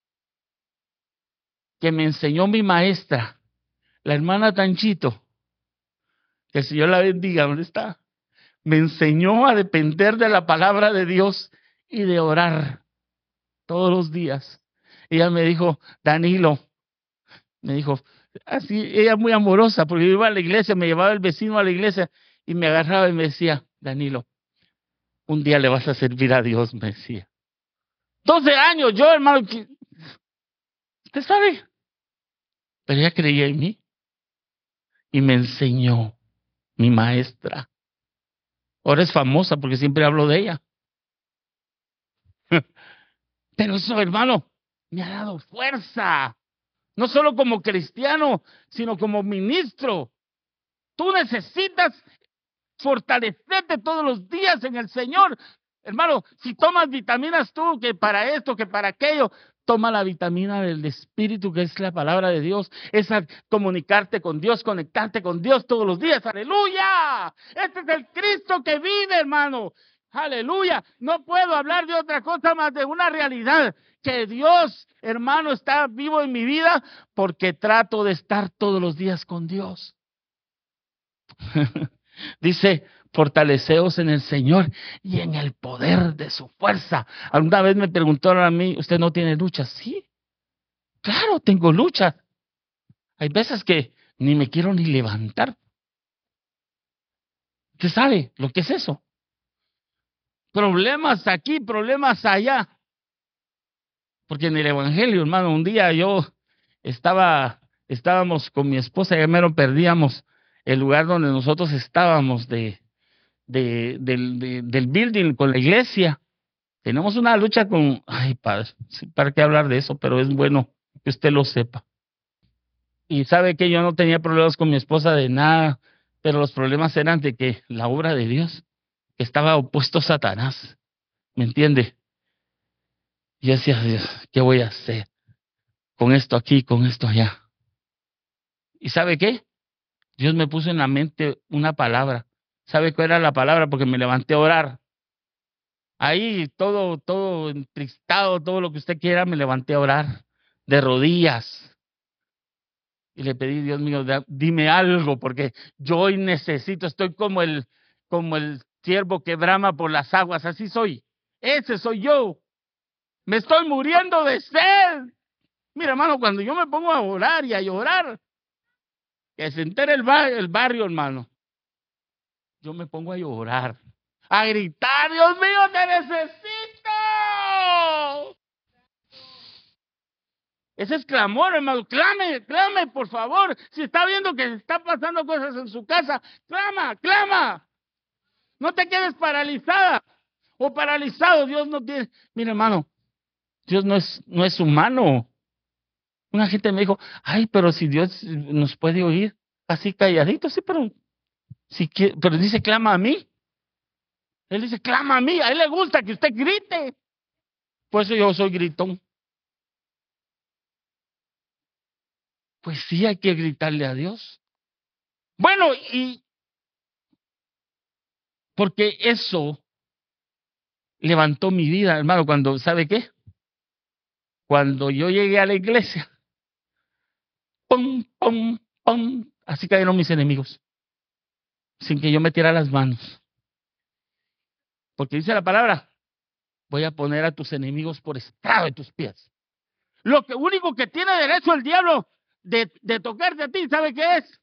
que me enseñó mi maestra, la hermana Tanchito, que el Señor la bendiga, ¿dónde está? Me enseñó a depender de la palabra de Dios y de orar todos los días. Ella me dijo, Danilo, me dijo, así, ella muy amorosa, porque yo iba a la iglesia, me llevaba el vecino a la iglesia y me agarraba y me decía, Danilo, un día le vas a servir a Dios, me decía. doce años, yo, hermano, que- usted sabe, pero ella creía en mí y me enseñó, mi maestra. Ahora es famosa porque siempre hablo de ella. Pero eso, hermano, me ha dado fuerza. No solo como cristiano, sino como ministro. Tú necesitas fortalecerte todos los días en el Señor. Hermano, si tomas vitaminas tú, que para esto, que para aquello, toma la vitamina del Espíritu, que es la palabra de Dios. Es a comunicarte con Dios, conectarte con Dios todos los días. ¡Aleluya! Este es el Cristo que vive, hermano. ¡Aleluya! No puedo hablar de otra cosa más de una realidad. Que Dios, hermano, está vivo en mi vida porque trato de estar todos los días con Dios. Dice, fortaleceos en el Señor y en el poder de su fuerza. Alguna vez me preguntaron a mí, ¿usted no tiene lucha? Sí, claro, tengo lucha. Hay veces que ni me quiero ni levantar. ¿Usted sabe lo que es eso? Problemas aquí, problemas allá. Porque en el Evangelio, hermano, un día yo estaba, estábamos con mi esposa y ya mero perdíamos el lugar donde nosotros estábamos de, de, del, de, del building con la iglesia. Tenemos una lucha con, ay, padre, para qué hablar de eso, pero es bueno que usted lo sepa. Y sabe que yo no tenía problemas con mi esposa de nada, pero los problemas eran de que la obra de Dios estaba opuesto a Satanás, ¿me entiende? Y yo decía, Dios, ¿qué voy a hacer con esto aquí, con esto allá? ¿Y sabe qué? Dios me puso en la mente una palabra. ¿Sabe cuál era la palabra? Porque me levanté a orar. Ahí todo, todo entristado, todo lo que usted quiera, me levanté a orar de rodillas. Y le pedí, Dios mío, da, dime algo, porque yo hoy necesito, estoy como el, como el ciervo que brama por las aguas, así soy. Ese soy yo. Me estoy muriendo de sed. Mira, hermano, cuando yo me pongo a orar y a llorar, que se entere el, bar, el barrio, hermano, yo me pongo a llorar, a gritar, Dios mío, te necesito. Ese es clamor, hermano. Clame, clame, por favor. Si está viendo que está pasando cosas en su casa, clama, clama. No te quedes paralizada o paralizado. Dios no tiene. Mira, hermano, Dios no es, no es humano. Una gente me dijo, ay, pero si Dios nos puede oír así calladito, sí, pero, si quiere, pero dice, clama a mí. Él dice, clama a mí. A él le gusta que usted grite. Por eso yo soy gritón. Pues sí, hay que gritarle a Dios. Bueno, y porque eso levantó mi vida, hermano, cuando, ¿sabe qué? Cuando yo llegué a la iglesia, pum, pum, pum, así cayeron mis enemigos, sin que yo metiera las manos. Porque dice la palabra, voy a poner a tus enemigos por estrado de tus pies. Lo que único que tiene derecho el diablo de, de tocarte a ti, ¿sabe qué es?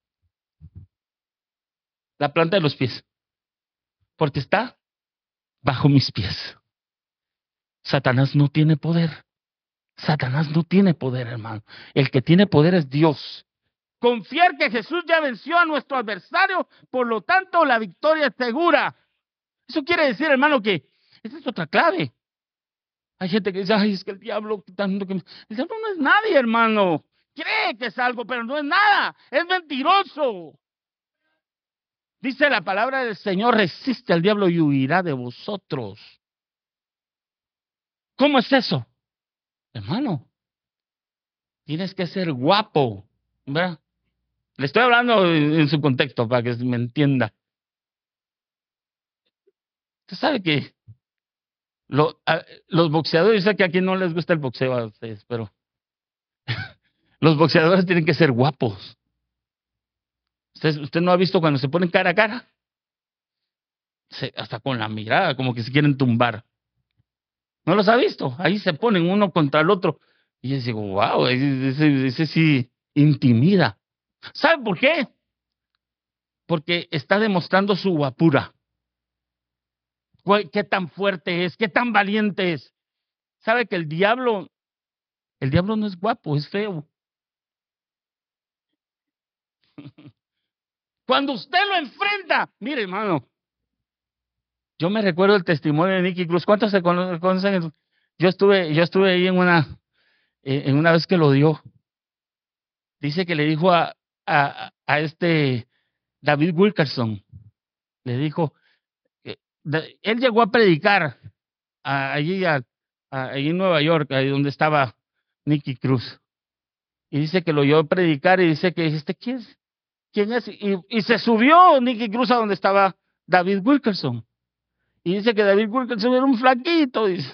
La planta de los pies. Porque está bajo mis pies. Satanás no tiene poder. Satanás no tiene poder, hermano. El que tiene poder es Dios. Confiar que Jesús ya venció a nuestro adversario, por lo tanto la victoria es segura. Eso quiere decir, hermano, que esa es otra clave. Hay gente que dice, ay, es que el diablo, tanto que... el diablo no es nadie, hermano. Cree que es algo, pero no es nada. Es mentiroso. Dice la palabra del Señor, resiste al diablo y huirá de vosotros. ¿Cómo es eso? Hermano, tienes que ser guapo, ¿verdad? Le estoy hablando en su contexto para que me entienda. Usted sabe que lo, a, los boxeadores, yo sé que aquí no les gusta el boxeo a ustedes, pero los boxeadores tienen que ser guapos. Usted, usted no ha visto cuando se ponen cara a cara, se, hasta con la mirada, como que se quieren tumbar. ¿No los ha visto? Ahí se ponen uno contra el otro. Y yo digo, wow, ese, ese, ese sí intimida. ¿Sabe por qué? Porque está demostrando su guapura. Qué tan fuerte es, qué tan valiente es. ¿Sabe que el diablo, el diablo no es guapo, es feo? Cuando usted lo enfrenta, mire, hermano, yo me recuerdo el testimonio de Nicky Cruz. ¿Cuántos se conocen? Yo estuve, yo estuve ahí en una, en una vez que lo dio. Dice que le dijo a, a, a este David Wilkerson, le dijo, eh, de, él llegó a predicar a, allí, a, a, allí en Nueva York, ahí donde estaba Nicky Cruz. Y dice que lo oyó predicar y dice que, este, ¿quién es? ¿Quién es? Y, y se subió Nicky Cruz a donde estaba David Wilkerson. Y dice que David Wilkerson era un flaquito, dice.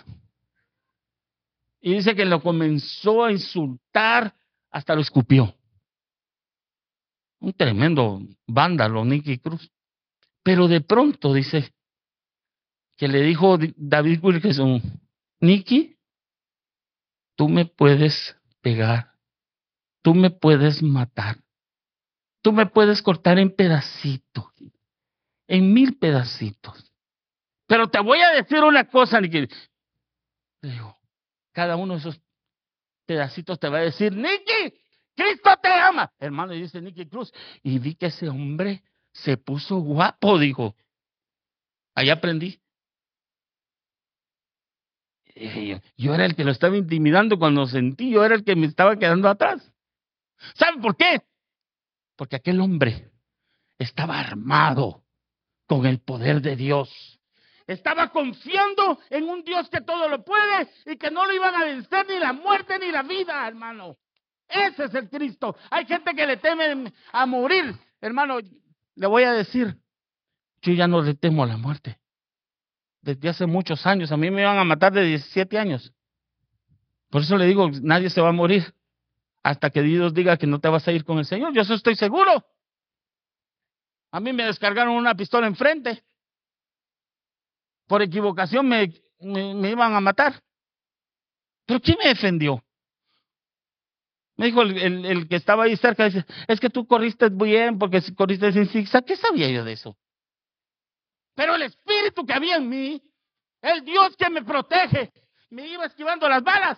Y dice que lo comenzó a insultar, hasta lo escupió. Un tremendo vándalo, Nicky Cruz. Pero de pronto dice que le dijo David Wilkerson, Nicky, tú me puedes pegar, tú me puedes matar, tú me puedes cortar en pedacitos, en mil pedacitos. Pero te voy a decir una cosa, Nicky. Le digo, cada uno de esos pedacitos te va a decir, Nicky, Cristo te ama. Hermano, y dice Nicky Cruz, y vi que ese hombre se puso guapo, dijo. Ahí aprendí. Yo, yo era el que lo estaba intimidando cuando sentí, yo era el que me estaba quedando atrás. ¿Saben por qué? Porque aquel hombre estaba armado con el poder de Dios. Estaba confiando en un Dios que todo lo puede y que no lo iban a vencer ni la muerte ni la vida, hermano. Ese es el Cristo. Hay gente que le teme a morir. Hermano, le voy a decir, yo ya no le temo a la muerte. Desde hace muchos años, a mí me iban a matar de diecisiete años. Por eso le digo, nadie se va a morir hasta que Dios diga que no te vas a ir con el Señor. Yo eso estoy seguro. A mí me descargaron una pistola enfrente. Por equivocación me, me, me iban a matar. ¿Pero quién me defendió? Me dijo el, el, el que estaba ahí cerca, dice, es que tú corriste bien porque si corriste sin zigzag. ¿Qué sabía yo de eso? Pero el espíritu que había en mí, el Dios que me protege, me iba esquivando las balas.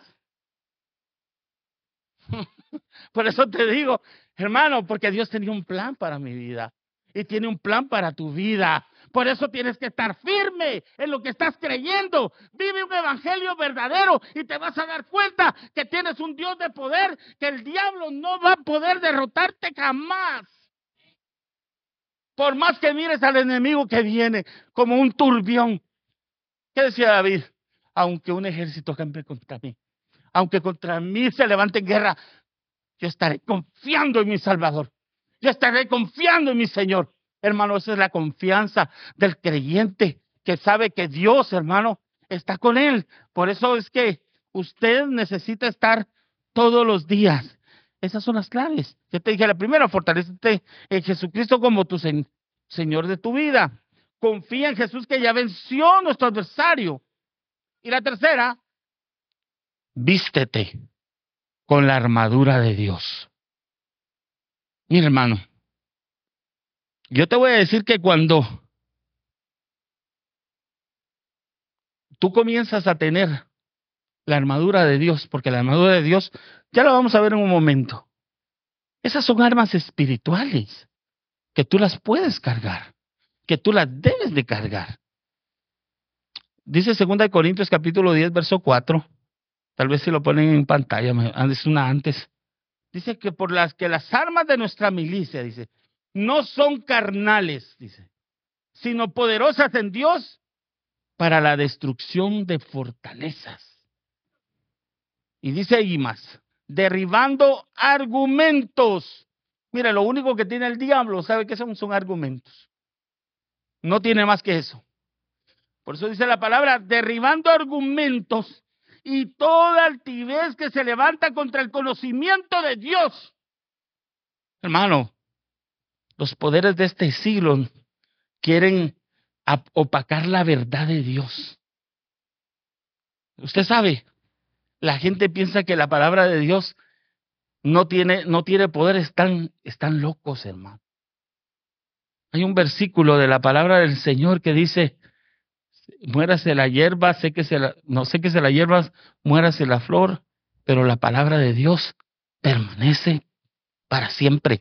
Por eso te digo, hermano, porque Dios tenía un plan para mi vida y tiene un plan para tu vida. Por eso tienes que estar firme en lo que estás creyendo. Vive un evangelio verdadero y te vas a dar cuenta que tienes un Dios de poder, que el diablo no va a poder derrotarte jamás. Por más que mires al enemigo que viene como un turbión. ¿Qué decía David? Aunque un ejército campe contra mí, aunque contra mí se levante guerra, yo estaré confiando en mi Salvador. Yo estaré confiando en mi Señor. Hermano, esa es la confianza del creyente que sabe que Dios, hermano, está con él. Por eso es que usted necesita estar todos los días. Esas son las claves. Yo te dije, la primera, fortalécete en Jesucristo como tu sen- Señor de tu vida. Confía en Jesús que ya venció a nuestro adversario. Y la tercera, vístete con la armadura de Dios. Mi hermano, yo te voy a decir que cuando tú comienzas a tener la armadura de Dios, porque la armadura de Dios, ya la vamos a ver en un momento, esas son armas espirituales que tú las puedes cargar, que tú las debes de cargar. Dice segunda de Corintios capítulo diez, verso cuatro, tal vez si lo ponen en pantalla, es una antes. Dice que por las que las armas de nuestra milicia, dice, no son carnales, dice, sino poderosas en Dios para la destrucción de fortalezas. Y dice ahí más, derribando argumentos. Mira, lo único que tiene el diablo, ¿sabe qué son? Son argumentos. No tiene más que eso. Por eso dice la palabra, derribando argumentos y toda altivez que se levanta contra el conocimiento de Dios. Hermano, los poderes de este siglo quieren opacar la verdad de Dios. Usted sabe, la gente piensa que la palabra de Dios no tiene, no tiene poder, están, están locos, hermano. Hay un versículo de la palabra del Señor que dice, muérase la hierba, sé que se la, no sé que se la hierba, muérase la flor, pero la palabra de Dios permanece para siempre.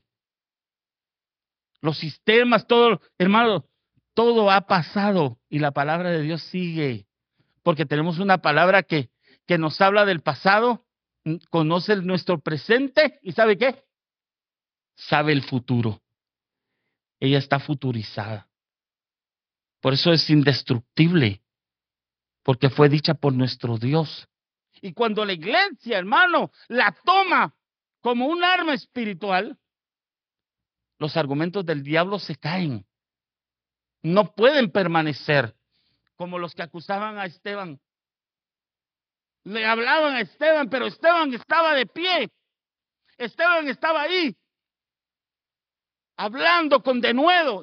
Los sistemas, todo, hermano, todo ha pasado y la palabra de Dios sigue, porque tenemos una palabra que, que nos habla del pasado, conoce nuestro presente y ¿sabe qué? Sabe el futuro. Ella está futurizada. Por eso es indestructible, porque fue dicha por nuestro Dios. Y cuando la iglesia, hermano, la toma como un arma espiritual, los argumentos del diablo se caen. No pueden permanecer como los que acusaban a Esteban. Le hablaban a Esteban, pero Esteban estaba de pie. Esteban estaba ahí, hablando con denuedo.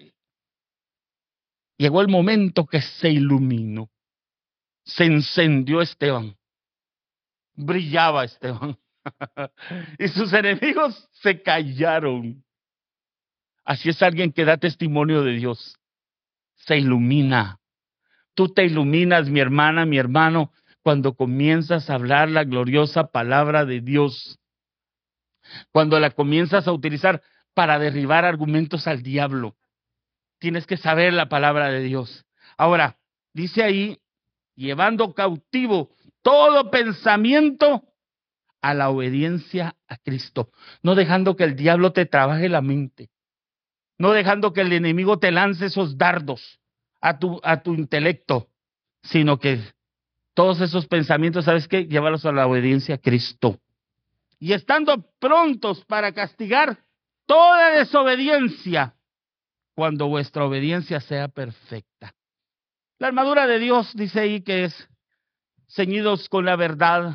Llegó el momento que se iluminó. Se encendió Esteban. Brillaba Esteban. Y sus enemigos se callaron. Así es alguien que da testimonio de Dios. Se ilumina. Tú te iluminas, mi hermana, mi hermano, cuando comienzas a hablar la gloriosa palabra de Dios. Cuando la comienzas a utilizar para derribar argumentos al diablo. Tienes que saber la palabra de Dios. Ahora, dice ahí, llevando cautivo todo pensamiento a la obediencia a Cristo. No dejando que el diablo te trabaje la mente. No dejando que el enemigo te lance esos dardos a tu, a tu intelecto, sino que todos esos pensamientos, ¿sabes qué? Llévalos a la obediencia a Cristo. Y estando prontos para castigar toda desobediencia, cuando vuestra obediencia sea perfecta. La armadura de Dios dice ahí que es ceñidos con la verdad.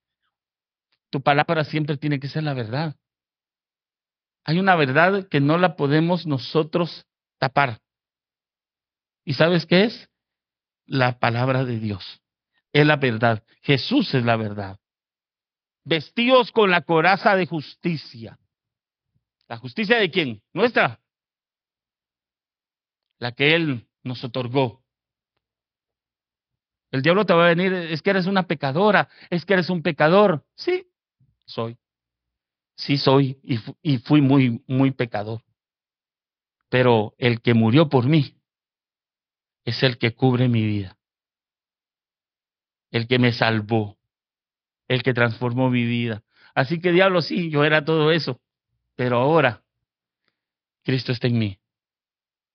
Tu palabra siempre tiene que ser la verdad. Hay una verdad que no la podemos nosotros tapar. ¿Y sabes qué es? La palabra de Dios. Es la verdad. Jesús es la verdad. Vestidos con la coraza de justicia. ¿La justicia de quién? Nuestra. La que Él nos otorgó. El diablo te va a venir, es que eres una pecadora, es que eres un pecador. Sí, soy. Sí soy y, fu y fui muy, muy pecador. Pero el que murió por mí es el que cubre mi vida. El que me salvó. El que transformó mi vida. Así que diablo, sí, yo era todo eso. Pero ahora Cristo está en mí.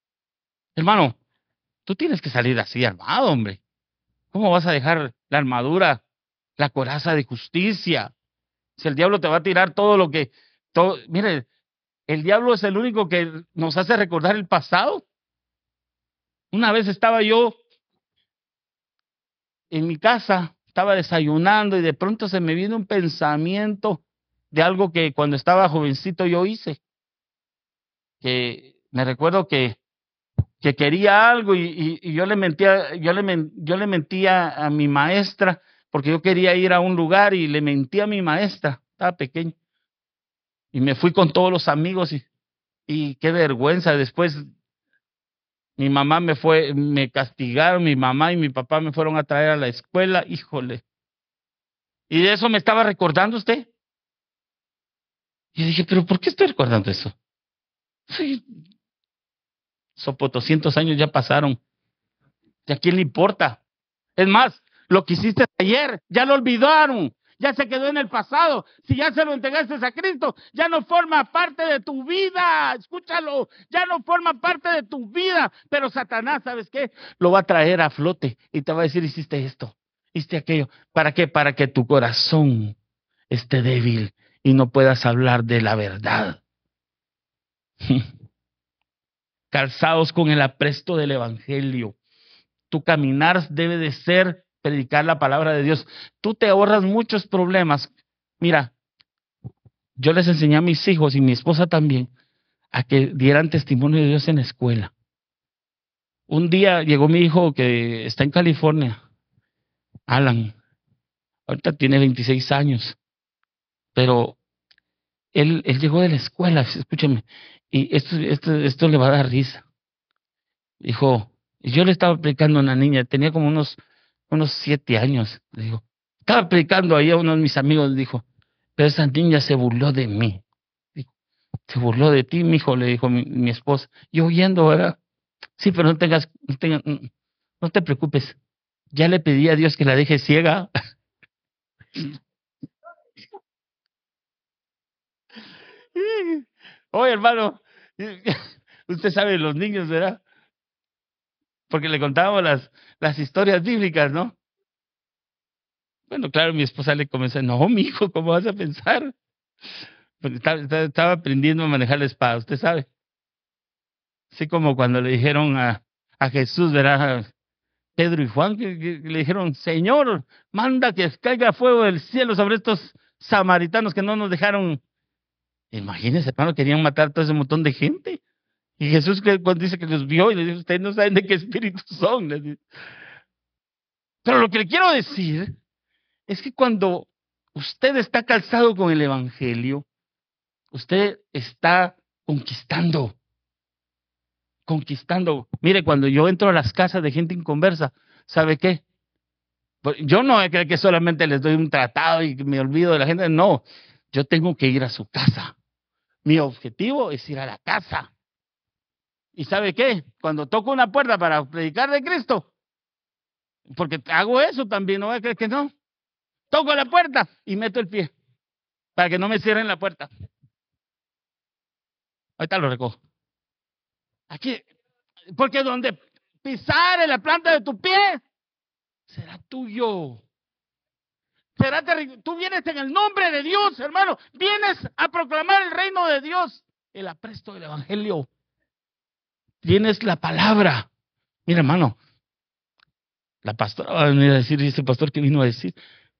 Hermano, tú tienes que salir así armado, hombre. ¿Cómo vas a dejar la armadura, la coraza de justicia? Si el diablo te va a tirar todo lo que... Todo, mire, el diablo es el único que nos hace recordar el pasado. Una vez estaba yo en mi casa, estaba desayunando y de pronto se me vino un pensamiento de algo que cuando estaba jovencito yo hice. Que me recuerdo que, que quería algo y, y, y yo le mentía, yo le, men, yo le mentía a mi maestra porque yo quería ir a un lugar y le mentí a mi maestra, estaba pequeño. Y me fui con todos los amigos y, y qué vergüenza. Después mi mamá me fue, me castigaron, mi mamá y mi papá me fueron a traer a la escuela, híjole. Y de eso me estaba recordando usted. Y dije, pero ¿por qué estoy recordando eso? Sí, sopotoscientos años ya pasaron. ¿Y a quién le importa? Es más, lo que hiciste ayer, ya lo olvidaron. Ya se quedó en el pasado. Si ya se lo entregaste a Cristo, ya no forma parte de tu vida. Escúchalo, ya no forma parte de tu vida. Pero Satanás, ¿sabes qué? Lo va a traer a flote y te va a decir, hiciste esto, hiciste aquello. ¿Para qué? Para que tu corazón esté débil y no puedas hablar de la verdad. Calzados con el apresto del evangelio. Tu caminar debe de ser predicar la palabra de Dios. Tú te ahorras muchos problemas. Mira, yo les enseñé a mis hijos y mi esposa también a que dieran testimonio de Dios en la escuela. Un día llegó mi hijo que está en California, Alan. Ahorita tiene veintiséis años, pero él, él llegó de la escuela, escúcheme, y esto, esto, esto le va a dar risa. Dijo, yo le estaba predicando a una niña, tenía como unos, unos siete años. Le digo, estaba predicando ahí a uno de mis amigos, dijo, pero esa niña se burló de mí. Dijo, se burló de ti, mijo, le dijo mi, mi esposa. Yo oyendo, ¿verdad? Sí, pero no tengas, no, tengas, no te preocupes. Ya le pedí a Dios que la deje ciega. Oye, hermano, usted sabe los niños, ¿verdad? Porque le contábamos las, las historias bíblicas, ¿no? Bueno, claro, mi esposa le comenzó, no, mi hijo, ¿cómo vas a pensar? Porque estaba, estaba, estaba aprendiendo a manejar la espada, usted sabe. Así como cuando le dijeron a, a Jesús, ¿verdad? Pedro y Juan, que, que, que le dijeron, Señor, manda que caiga fuego del cielo sobre estos samaritanos que no nos dejaron. Imagínense, hermano, querían matar a todo ese montón de gente. Y Jesús que, cuando dice que los vio y le dice, ustedes no saben de qué espíritus son. Pero lo que le quiero decir es que cuando usted está calzado con el evangelio, usted está conquistando, conquistando. Mire, cuando yo entro a las casas de gente inconversa, ¿sabe qué? Yo no creo que solamente les doy un tratado y me olvido de la gente, no. Yo tengo que ir a su casa. Mi objetivo es ir a la casa. ¿Y sabe qué? Cuando toco una puerta para predicar de Cristo, porque hago eso también, no voy a creer que no. Toco la puerta y meto el pie para que no me cierren la puerta. Ahorita lo recojo. Aquí, porque donde pisar en la planta de tu pie será tuyo. Será terrible. Tú vienes en el nombre de Dios, hermano. Vienes a proclamar el reino de Dios. El apresto del evangelio. Tienes la palabra. Mira, hermano, la pastora va a venir a decir, y este pastor que vino a decir.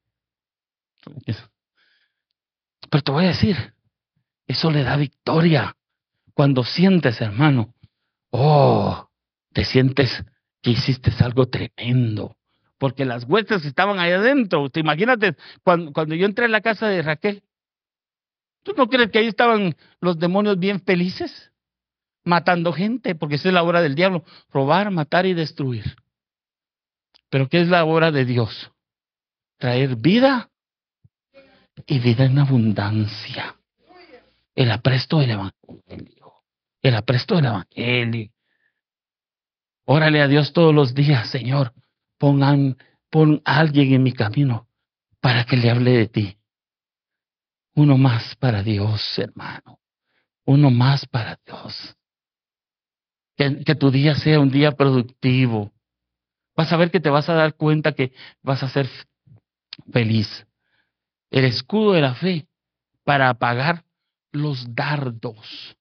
Pero te voy a decir, eso le da victoria. Cuando sientes, hermano, oh, te sientes que hiciste algo tremendo. Porque las huestes estaban ahí adentro. Te imagínate, cuando, cuando yo entré en la casa de Raquel, ¿tú no crees que ahí estaban los demonios bien felices? Matando gente, porque esa es la obra del diablo, robar, matar y destruir. Pero ¿qué es la obra de Dios? Traer vida y vida en abundancia. El apresto del evangelio. El apresto del evangelio. Órale a Dios todos los días, Señor. Pongan, pon a alguien en mi camino para que le hable de ti. Uno más para Dios, hermano. Uno más para Dios. Que, que tu día sea un día productivo. Vas a ver que te vas a dar cuenta que vas a ser feliz. El escudo de la fe para apagar los dardos.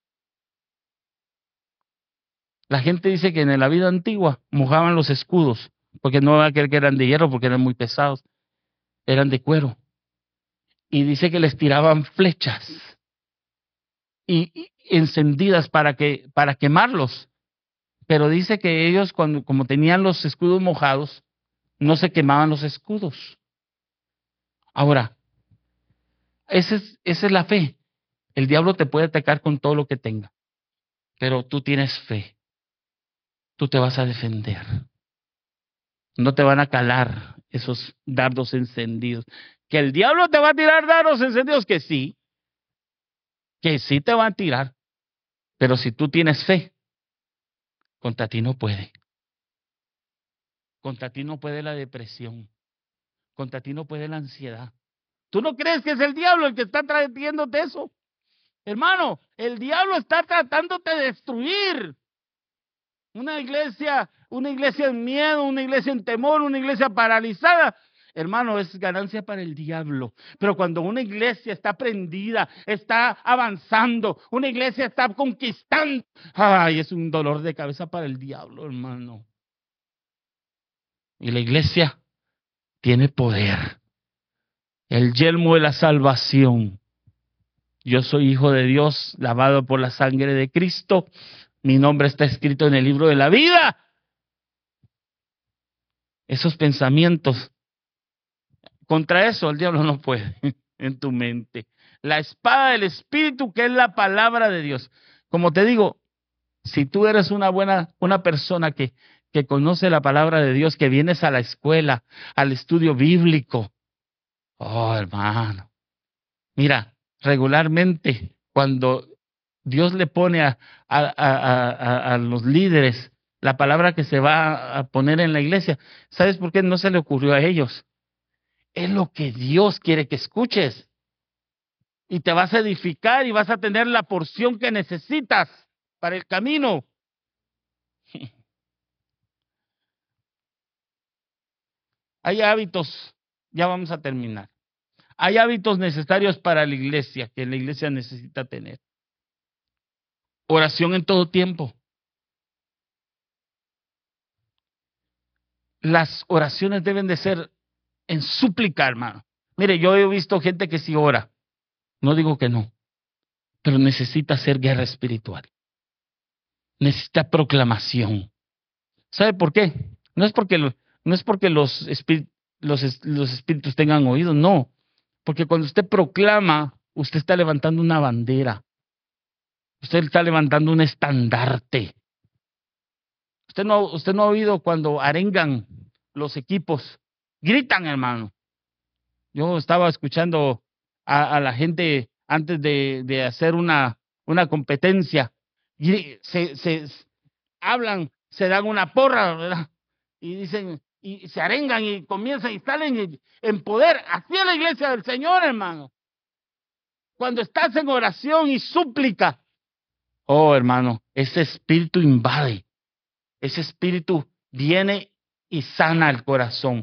La gente dice que en la vida antigua mojaban los escudos, porque no iba a creer que eran de hierro, porque eran muy pesados, eran de cuero. Y dice que les tiraban flechas y, y encendidas para que para quemarlos. Pero dice que ellos, cuando como tenían los escudos mojados, no se quemaban los escudos. Ahora, esa es, esa es la fe. El diablo te puede atacar con todo lo que tenga, pero tú tienes fe. Tú te vas a defender. No te van a calar esos dardos encendidos. Que el diablo te va a tirar dardos encendidos, que sí, que sí te van a tirar. Pero si tú tienes fe, contra ti no puede. Contra ti no puede la depresión. Contra ti no puede la ansiedad. ¿Tú no crees que es el diablo el que está trayéndote eso? Hermano, el diablo está tratándote de destruir. Una iglesia, una iglesia en miedo, una iglesia en temor, una iglesia paralizada. Hermano, es ganancia para el diablo. Pero cuando una iglesia está prendida, está avanzando, una iglesia está conquistando, ay, es un dolor de cabeza para el diablo, hermano. Y la iglesia tiene poder. El yelmo de la salvación. Yo soy hijo de Dios, lavado por la sangre de Cristo. Mi nombre está escrito en el libro de la vida. Esos pensamientos, contra eso el diablo no puede en tu mente. La espada del Espíritu, que es la palabra de Dios. Como te digo, si tú eres una buena, una persona que, que conoce la palabra de Dios, que vienes a la escuela, al estudio bíblico, oh, hermano, mira, regularmente cuando Dios le pone a, a, a, a, a los líderes la palabra que se va a poner en la iglesia, ¿sabes por qué no se le ocurrió a ellos? Es lo que Dios quiere que escuches. Y te vas a edificar y vas a tener la porción que necesitas para el camino. Hay hábitos, ya vamos a terminar. Hay hábitos necesarios para la iglesia, que la iglesia necesita tener. Oración en todo tiempo. Las oraciones deben de ser en súplica, hermano. Mire, yo he visto gente que sí ora. No digo que no. Pero necesita hacer guerra espiritual. Necesita proclamación. ¿Sabe por qué? No es porque, lo, no es porque los, espíritus, los, los espíritus tengan oídos, no. Porque cuando usted proclama, usted está levantando una bandera. Usted está levantando un estandarte. Usted no, usted no ha oído cuando arengan los equipos. Gritan, hermano. Yo estaba escuchando a, a la gente antes de, de hacer una, una competencia. Y se, se hablan, se dan una porra, ¿verdad? Y dicen, y se arengan y comienzan y salen en poder. Así es la iglesia del Señor, hermano. Cuando estás en oración y súplica, oh, hermano, ese espíritu invade. Ese espíritu viene y sana el corazón.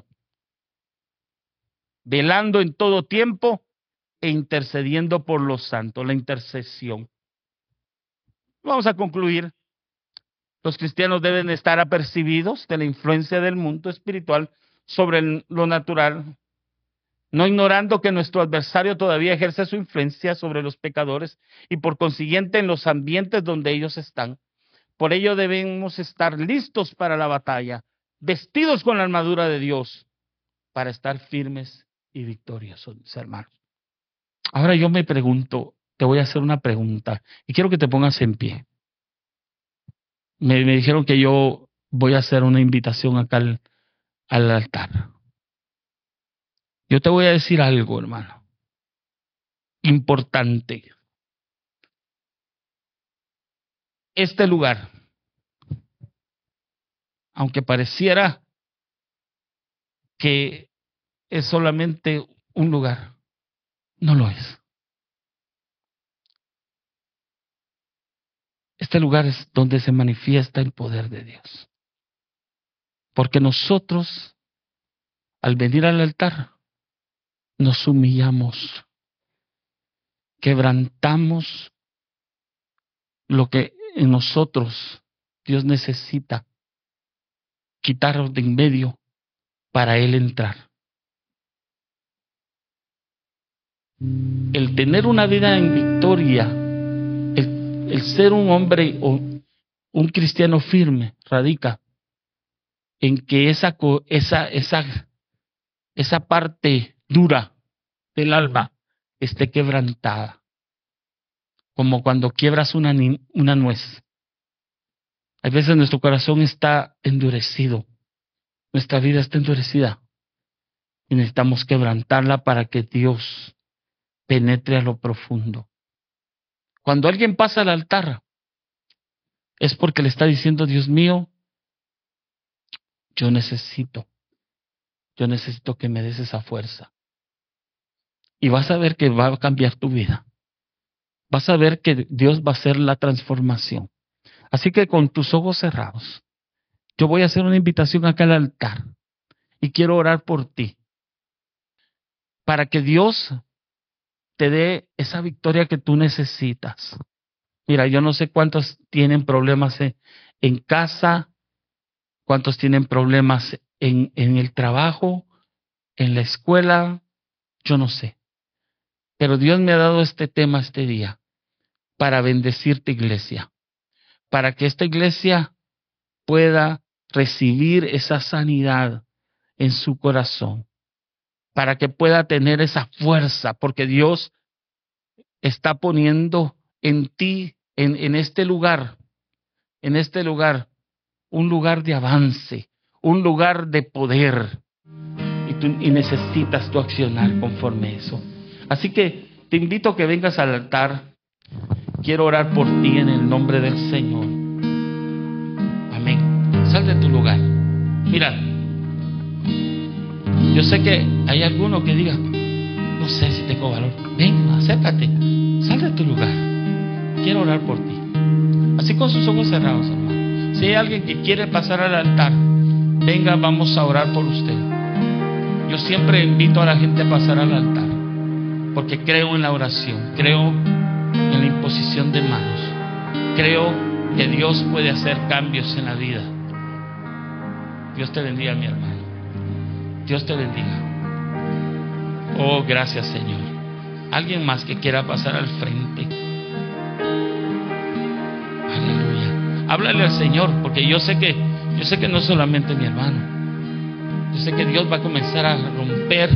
Velando en todo tiempo e intercediendo por los santos, la intercesión. Vamos a concluir. Los cristianos deben estar apercibidos de la influencia del mundo espiritual sobre lo natural, no ignorando que nuestro adversario todavía ejerce su influencia sobre los pecadores y por consiguiente en los ambientes donde ellos están. Por ello debemos estar listos para la batalla, vestidos con la armadura de Dios, para estar firmes y victoriosos, mis hermanos. Ahora yo me pregunto, te voy a hacer una pregunta y quiero que te pongas en pie. Me, me dijeron que yo voy a hacer una invitación acá al, al altar. Yo te voy a decir algo, hermano, importante. Este lugar, aunque pareciera que es solamente un lugar, no lo es. Este este lugar es donde se manifiesta el poder de Dios. Porque nosotros, al venir al altar, nos humillamos, quebrantamos lo que en nosotros Dios necesita quitarlo de en medio para Él entrar. El tener una vida en victoria, el, el ser un hombre o un cristiano firme, radica en que esa, esa, esa, esa parte dura del alma esté quebrantada. Como cuando quiebras una, una nuez. A veces nuestro corazón está endurecido. Nuestra vida está endurecida. Y necesitamos quebrantarla para que Dios penetre a lo profundo. Cuando alguien pasa al altar, es porque le está diciendo, Dios mío, yo necesito, yo necesito que me des esa fuerza. Y vas a ver que va a cambiar tu vida. Vas a ver que Dios va a hacer la transformación. Así que con tus ojos cerrados, yo voy a hacer una invitación acá al altar. Y quiero orar por ti. Para que Dios te dé esa victoria que tú necesitas. Mira, yo no sé cuántos tienen problemas en, en casa, cuántos tienen problemas en, en el trabajo, en la escuela, yo no sé. Pero Dios me ha dado este tema este día para bendecirte, iglesia, para que esta iglesia pueda recibir esa sanidad en su corazón, para que pueda tener esa fuerza, porque Dios está poniendo en ti, en, en este lugar, en este lugar, un lugar de avance, un lugar de poder, y, tú, y necesitas tú accionar conforme a eso. Así que te invito a que vengas al altar. Quiero orar por ti en el nombre del Señor. Amén. Sal de tu lugar. Mira, yo sé que hay alguno que diga, no sé si tengo valor. Ven, acércate. Sal de tu lugar. Quiero orar por ti. Así con sus ojos cerrados, hermano. Si hay alguien que quiere pasar al altar, venga, vamos a orar por usted. Yo siempre invito a la gente a pasar al altar, porque creo en la oración, creo en la imposición de manos, creo que Dios puede hacer cambios en la vida. Dios te bendiga, mi hermano. Dios te bendiga. Oh, gracias, Señor. Alguien más que quiera pasar al frente. Aleluya. Háblale al Señor, porque yo sé que yo sé que no solamente mi hermano. Yo sé que Dios va a comenzar a romper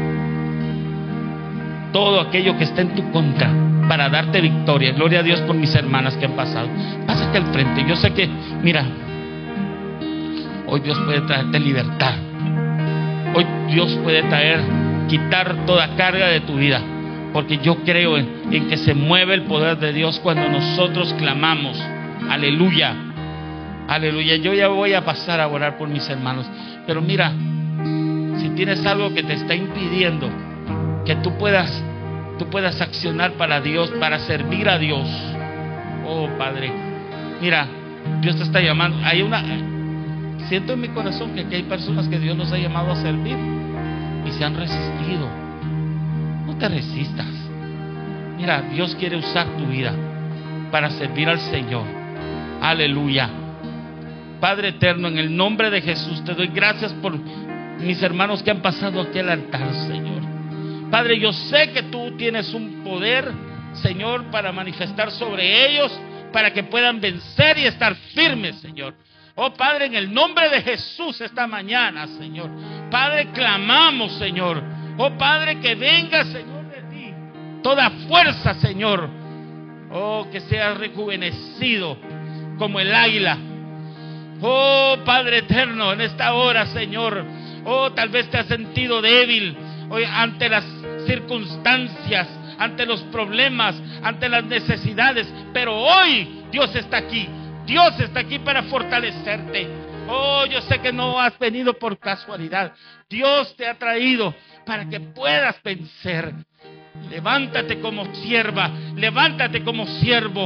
todo aquello que está en tu contra para darte victoria. Gloria a Dios por mis hermanas que han pasado. Pásate al frente. Yo sé que, mira, hoy Dios puede traerte libertad. Hoy Dios puede traer, quitar toda carga de tu vida. Porque yo creo en, en que se mueve el poder de Dios cuando nosotros clamamos. Aleluya. Aleluya. Yo ya voy a pasar a orar por mis hermanos. Pero mira, si tienes algo que te está impidiendo que tú puedas, tú puedas accionar para Dios, para servir a Dios. Oh, Padre, mira, Dios te está llamando. Hay una, siento en mi corazón que aquí hay personas que Dios nos ha llamado a servir y se han resistido. No te resistas. Mira, Dios quiere usar tu vida para servir al Señor. Aleluya. Padre eterno, en el nombre de Jesús te doy gracias por mis hermanos que han pasado aquí al altar, Señor. Padre, yo sé que tú tienes un poder, Señor, para manifestar sobre ellos, para que puedan vencer y estar firmes, Señor. Oh, Padre, en el nombre de Jesús esta mañana, Señor. Padre, clamamos, Señor. Oh, Padre, que venga, Señor, de ti toda fuerza, Señor. Oh, que seas rejuvenecido como el águila. Oh, Padre eterno, en esta hora, Señor. Oh, tal vez te has sentido débil hoy ante las circunstancias, ante los problemas, ante las necesidades, pero hoy Dios está aquí. Dios está aquí para fortalecerte. Oh, yo sé que no has venido por casualidad. Dios te ha traído para que puedas vencer. Levántate como sierva, levántate como siervo.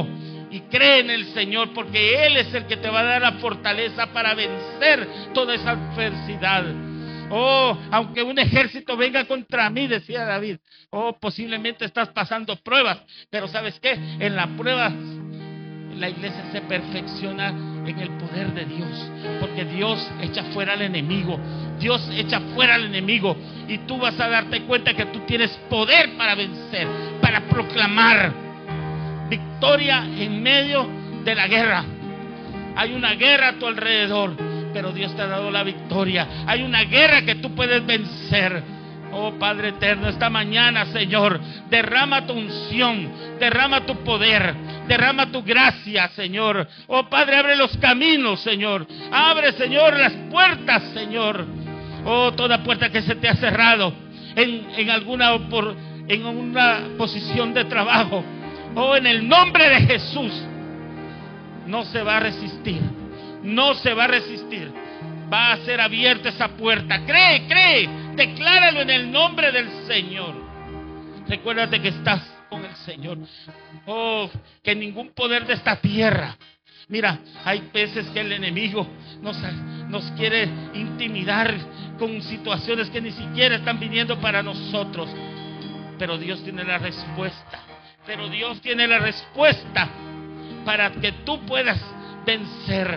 Y cree en el Señor, porque Él es el que te va a dar la fortaleza para vencer toda esa adversidad. Oh, aunque un ejército venga contra mí, decía David. Oh, posiblemente estás pasando pruebas, pero ¿sabes qué? En la prueba la iglesia se perfecciona en el poder de Dios, porque Dios echa fuera al enemigo. Dios echa fuera al enemigo, y tú vas a darte cuenta que tú tienes poder para vencer, para proclamar victoria en medio de la guerra. Hay una guerra a tu alrededor, pero Dios te ha dado la victoria. Hay una guerra que tú puedes vencer. Oh Padre eterno, esta mañana, Señor, derrama tu unción, derrama tu poder, derrama tu gracia, Señor. Oh Padre, abre los caminos, Señor. Abre, Señor, las puertas, Señor. Oh, toda puerta que se te ha cerrado en, en alguna por, en una posición de trabajo. Oh, en el nombre de Jesús, no se va a resistir. No se va a resistir. Va a ser abierta esa puerta. Cree, cree. Decláralo en el nombre del Señor. Recuérdate que estás con el Señor. Oh, que ningún poder de esta tierra. Mira, hay veces que el enemigo nos, nos quiere intimidar con situaciones que ni siquiera están viniendo para nosotros. Pero Dios tiene la respuesta. Pero Dios tiene la respuesta para que tú puedas vencer.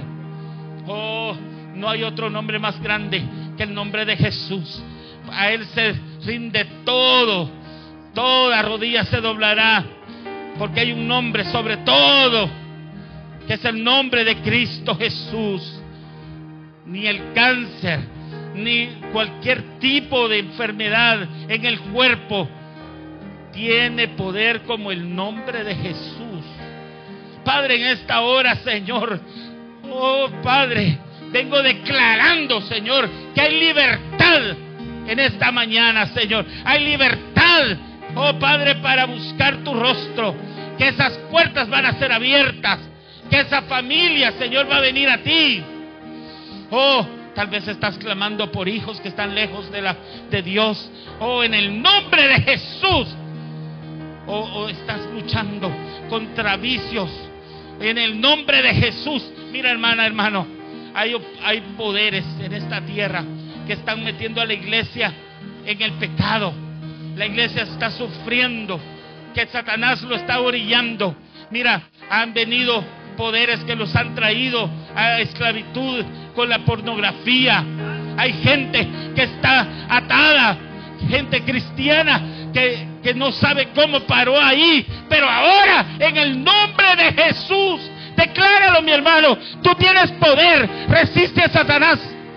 Oh, no hay otro nombre más grande que el nombre de Jesús. A Él se rinde todo. Toda rodilla se doblará, porque hay un nombre sobre todo, que es el nombre de Cristo Jesús. Ni el cáncer, ni cualquier tipo de enfermedad en el cuerpo tiene poder como el nombre de Jesús. Padre, en esta hora, Señor, oh Padre, vengo declarando, Señor, que hay libertad en esta mañana, Señor. Hay libertad, oh Padre, para buscar tu rostro. Que esas puertas van a ser abiertas. Que esa familia, Señor, va a venir a ti. Oh, tal vez estás clamando por hijos que están lejos de, la, de Dios. Oh, en el nombre de Jesús. Oh, oh, estás luchando contra vicios. En el nombre de Jesús. Mira, hermana, hermano, hay, hay poderes en esta tierra que están metiendo a la iglesia en el pecado. La iglesia está sufriendo, que Satanás lo está orillando. Mira, han venido poderes que los han traído a esclavitud con la pornografía. Hay gente que está atada, gente cristiana que, que no sabe cómo paró ahí, pero ahora en el nombre de Jesús, decláralo, mi hermano, tú tienes poder. Resiste a Satanás.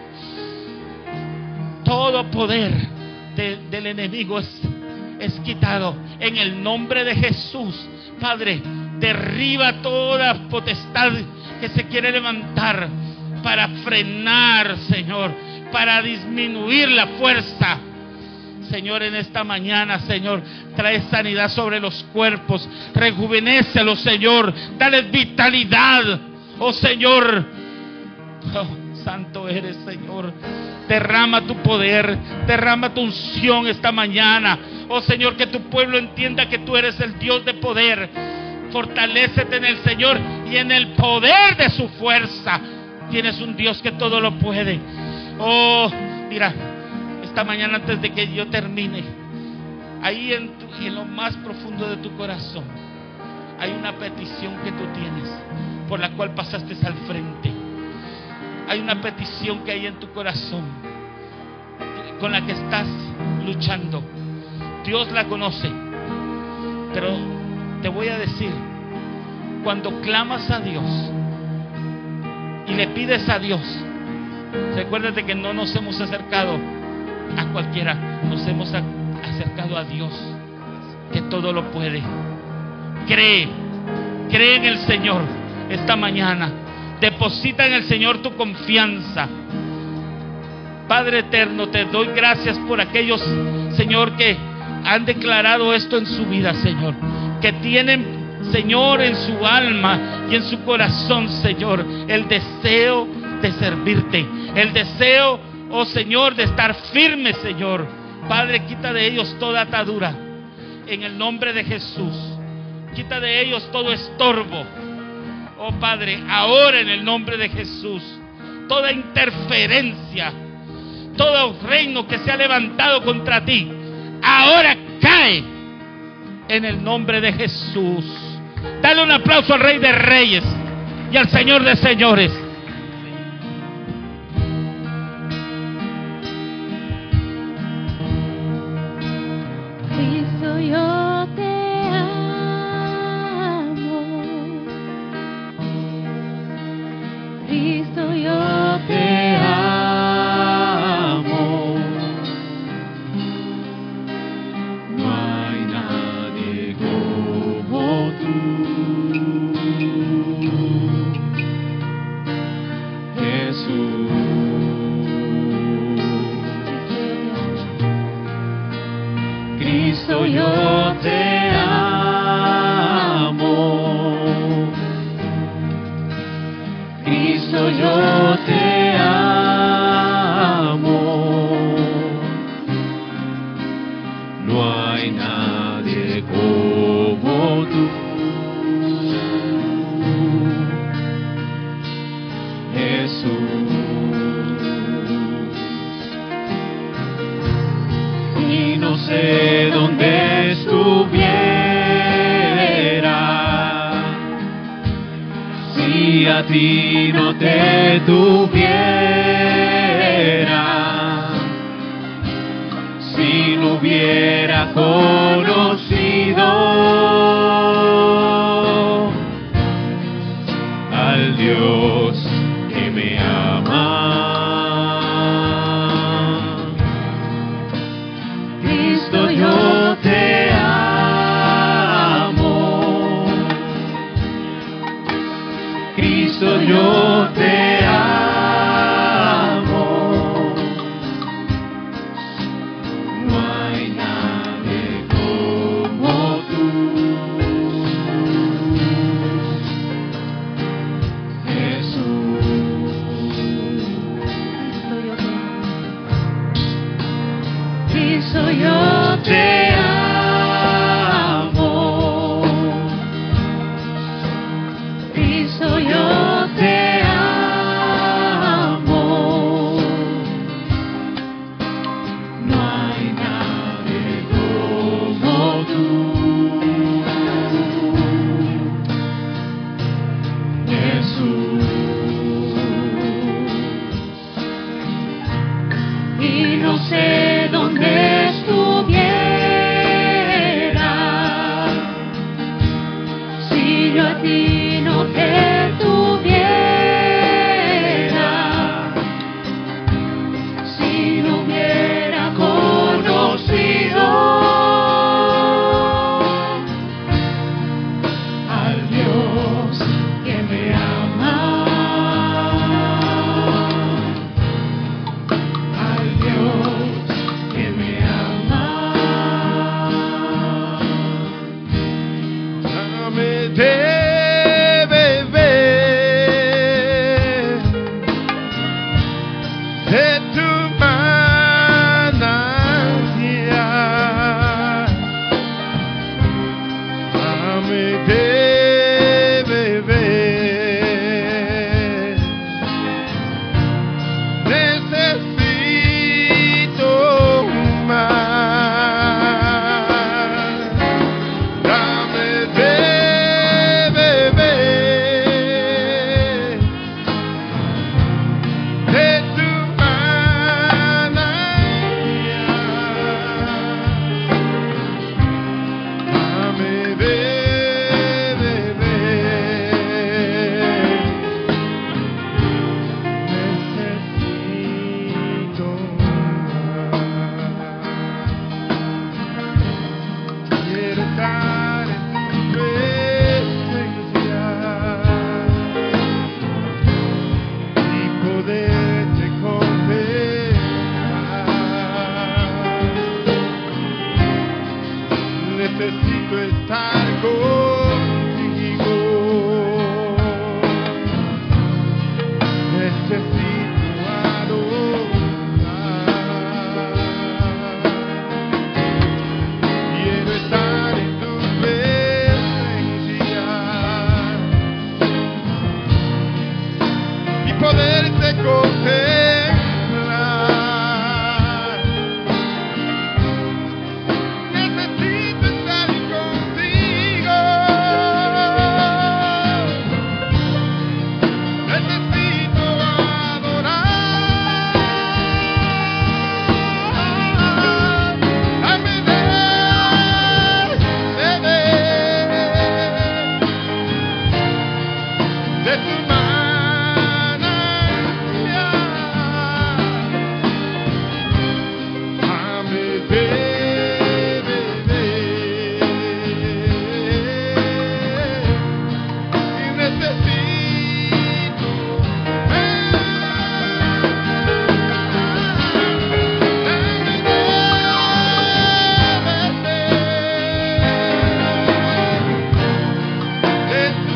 Todo poder de, del enemigo es, es quitado en el nombre de Jesús. Padre, derriba toda potestad que se quiere levantar para frenar, Señor, para disminuir la fuerza. Señor, en esta mañana, Señor, trae sanidad sobre los cuerpos, rejuvenécelos, Señor, dales vitalidad, oh Señor. Oh, santo eres, Señor. Derrama tu poder, derrama tu unción esta mañana. Oh Señor, que tu pueblo entienda que tú eres el Dios de poder. Fortalécete en el Señor y en el poder de su fuerza. Tienes un Dios que todo lo puede. Oh, mira, esta mañana antes de que yo termine, ahí en, tu, en lo más profundo de tu corazón hay una petición que tú tienes, por la cual pasaste al frente. Hay una petición que hay en tu corazón con la que estás luchando. Dios la conoce, pero te voy a decir, cuando clamas a Dios y le pides a Dios, recuérdate que no nos hemos acercado a cualquiera, nos hemos acercado a Dios, que todo lo puede. Cree, cree en el Señor esta mañana. Deposita en el Señor tu confianza. Padre eterno, te doy gracias por aquellos, Señor, que han declarado esto en su vida, Señor, que tienen, Señor, en su alma y en su corazón, Señor, el deseo de servirte, el deseo, oh Señor, de estar firme, Señor. Padre, quita de ellos toda atadura en el nombre de Jesús. Quita de ellos todo estorbo Oh Padre, ahora en el nombre de Jesús, toda interferencia, todo reino que se ha levantado contra ti, ahora cae en el nombre de Jesús. Dale un aplauso al Rey de Reyes y al Señor de Señores. Cristo, yo te amo. Cristo, yo te amo. No hay nadie como tú, Jesús. Cristo, yo te amo. Cristo, yo te amo. No hay nadie como tú, Jesús. Y no sé dónde estuviera si a ti no te tuviera, si no hubiera conocido al Dios que me ama. Cristo, yo te amo. Cristo, yo te amo. No hay nadie como tú, Jesús. Cristo, yo te amo. Cristo, yo te amo. No hay nadie como tú, Jesús. Y no sé dónde estuviera si yo a ti no te tuviera, si no hubiera conocido Al Dios que me ama, al Dios poderte contemplar. Necesito estar contigo. Necesito adorar. Dame de, de, de, de tu manantial. Dame de, de, de, y necesito de tu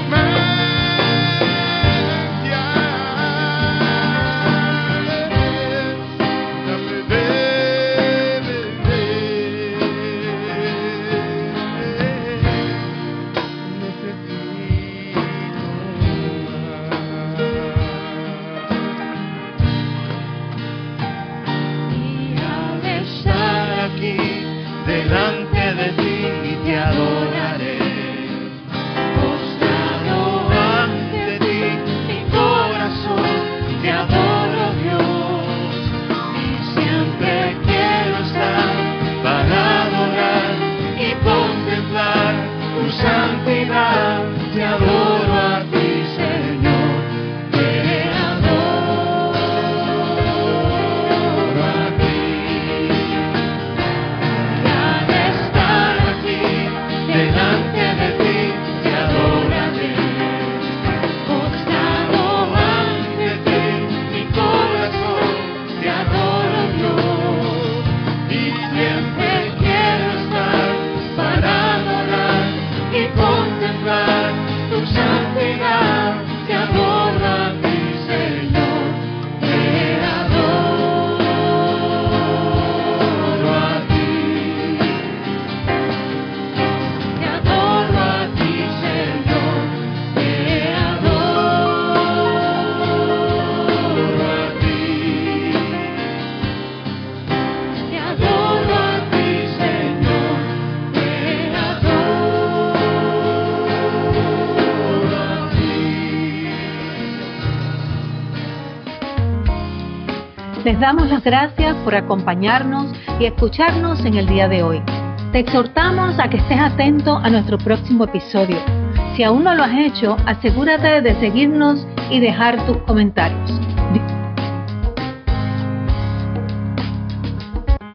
Y al estar aquí delante de ti te adoraré, postrado ante ti, mi corazón te adoro, Dios, y siempre quiero estar para adorar y contemplar tu santidad. Te adoro a ti, Señor, te adoro a ti. Y al estar aquí delante de ti te adoraré, postrado ante ti, mi corazón te adoro, Dios, y siempre quiero estar para adorar y contemplar tu santidad. Te adoro a ti, Señor, te adoro a ti. Te adoro a ti, Señor, te adoro a ti. Te adoro a ti, Señor, te adoro a ti. Les damos las gracias por acompañarnos y escucharnos en el día de hoy. Te exhortamos a que estés atento a nuestro próximo episodio. Si aún no lo has hecho, asegúrate de seguirnos y dejar tus comentarios.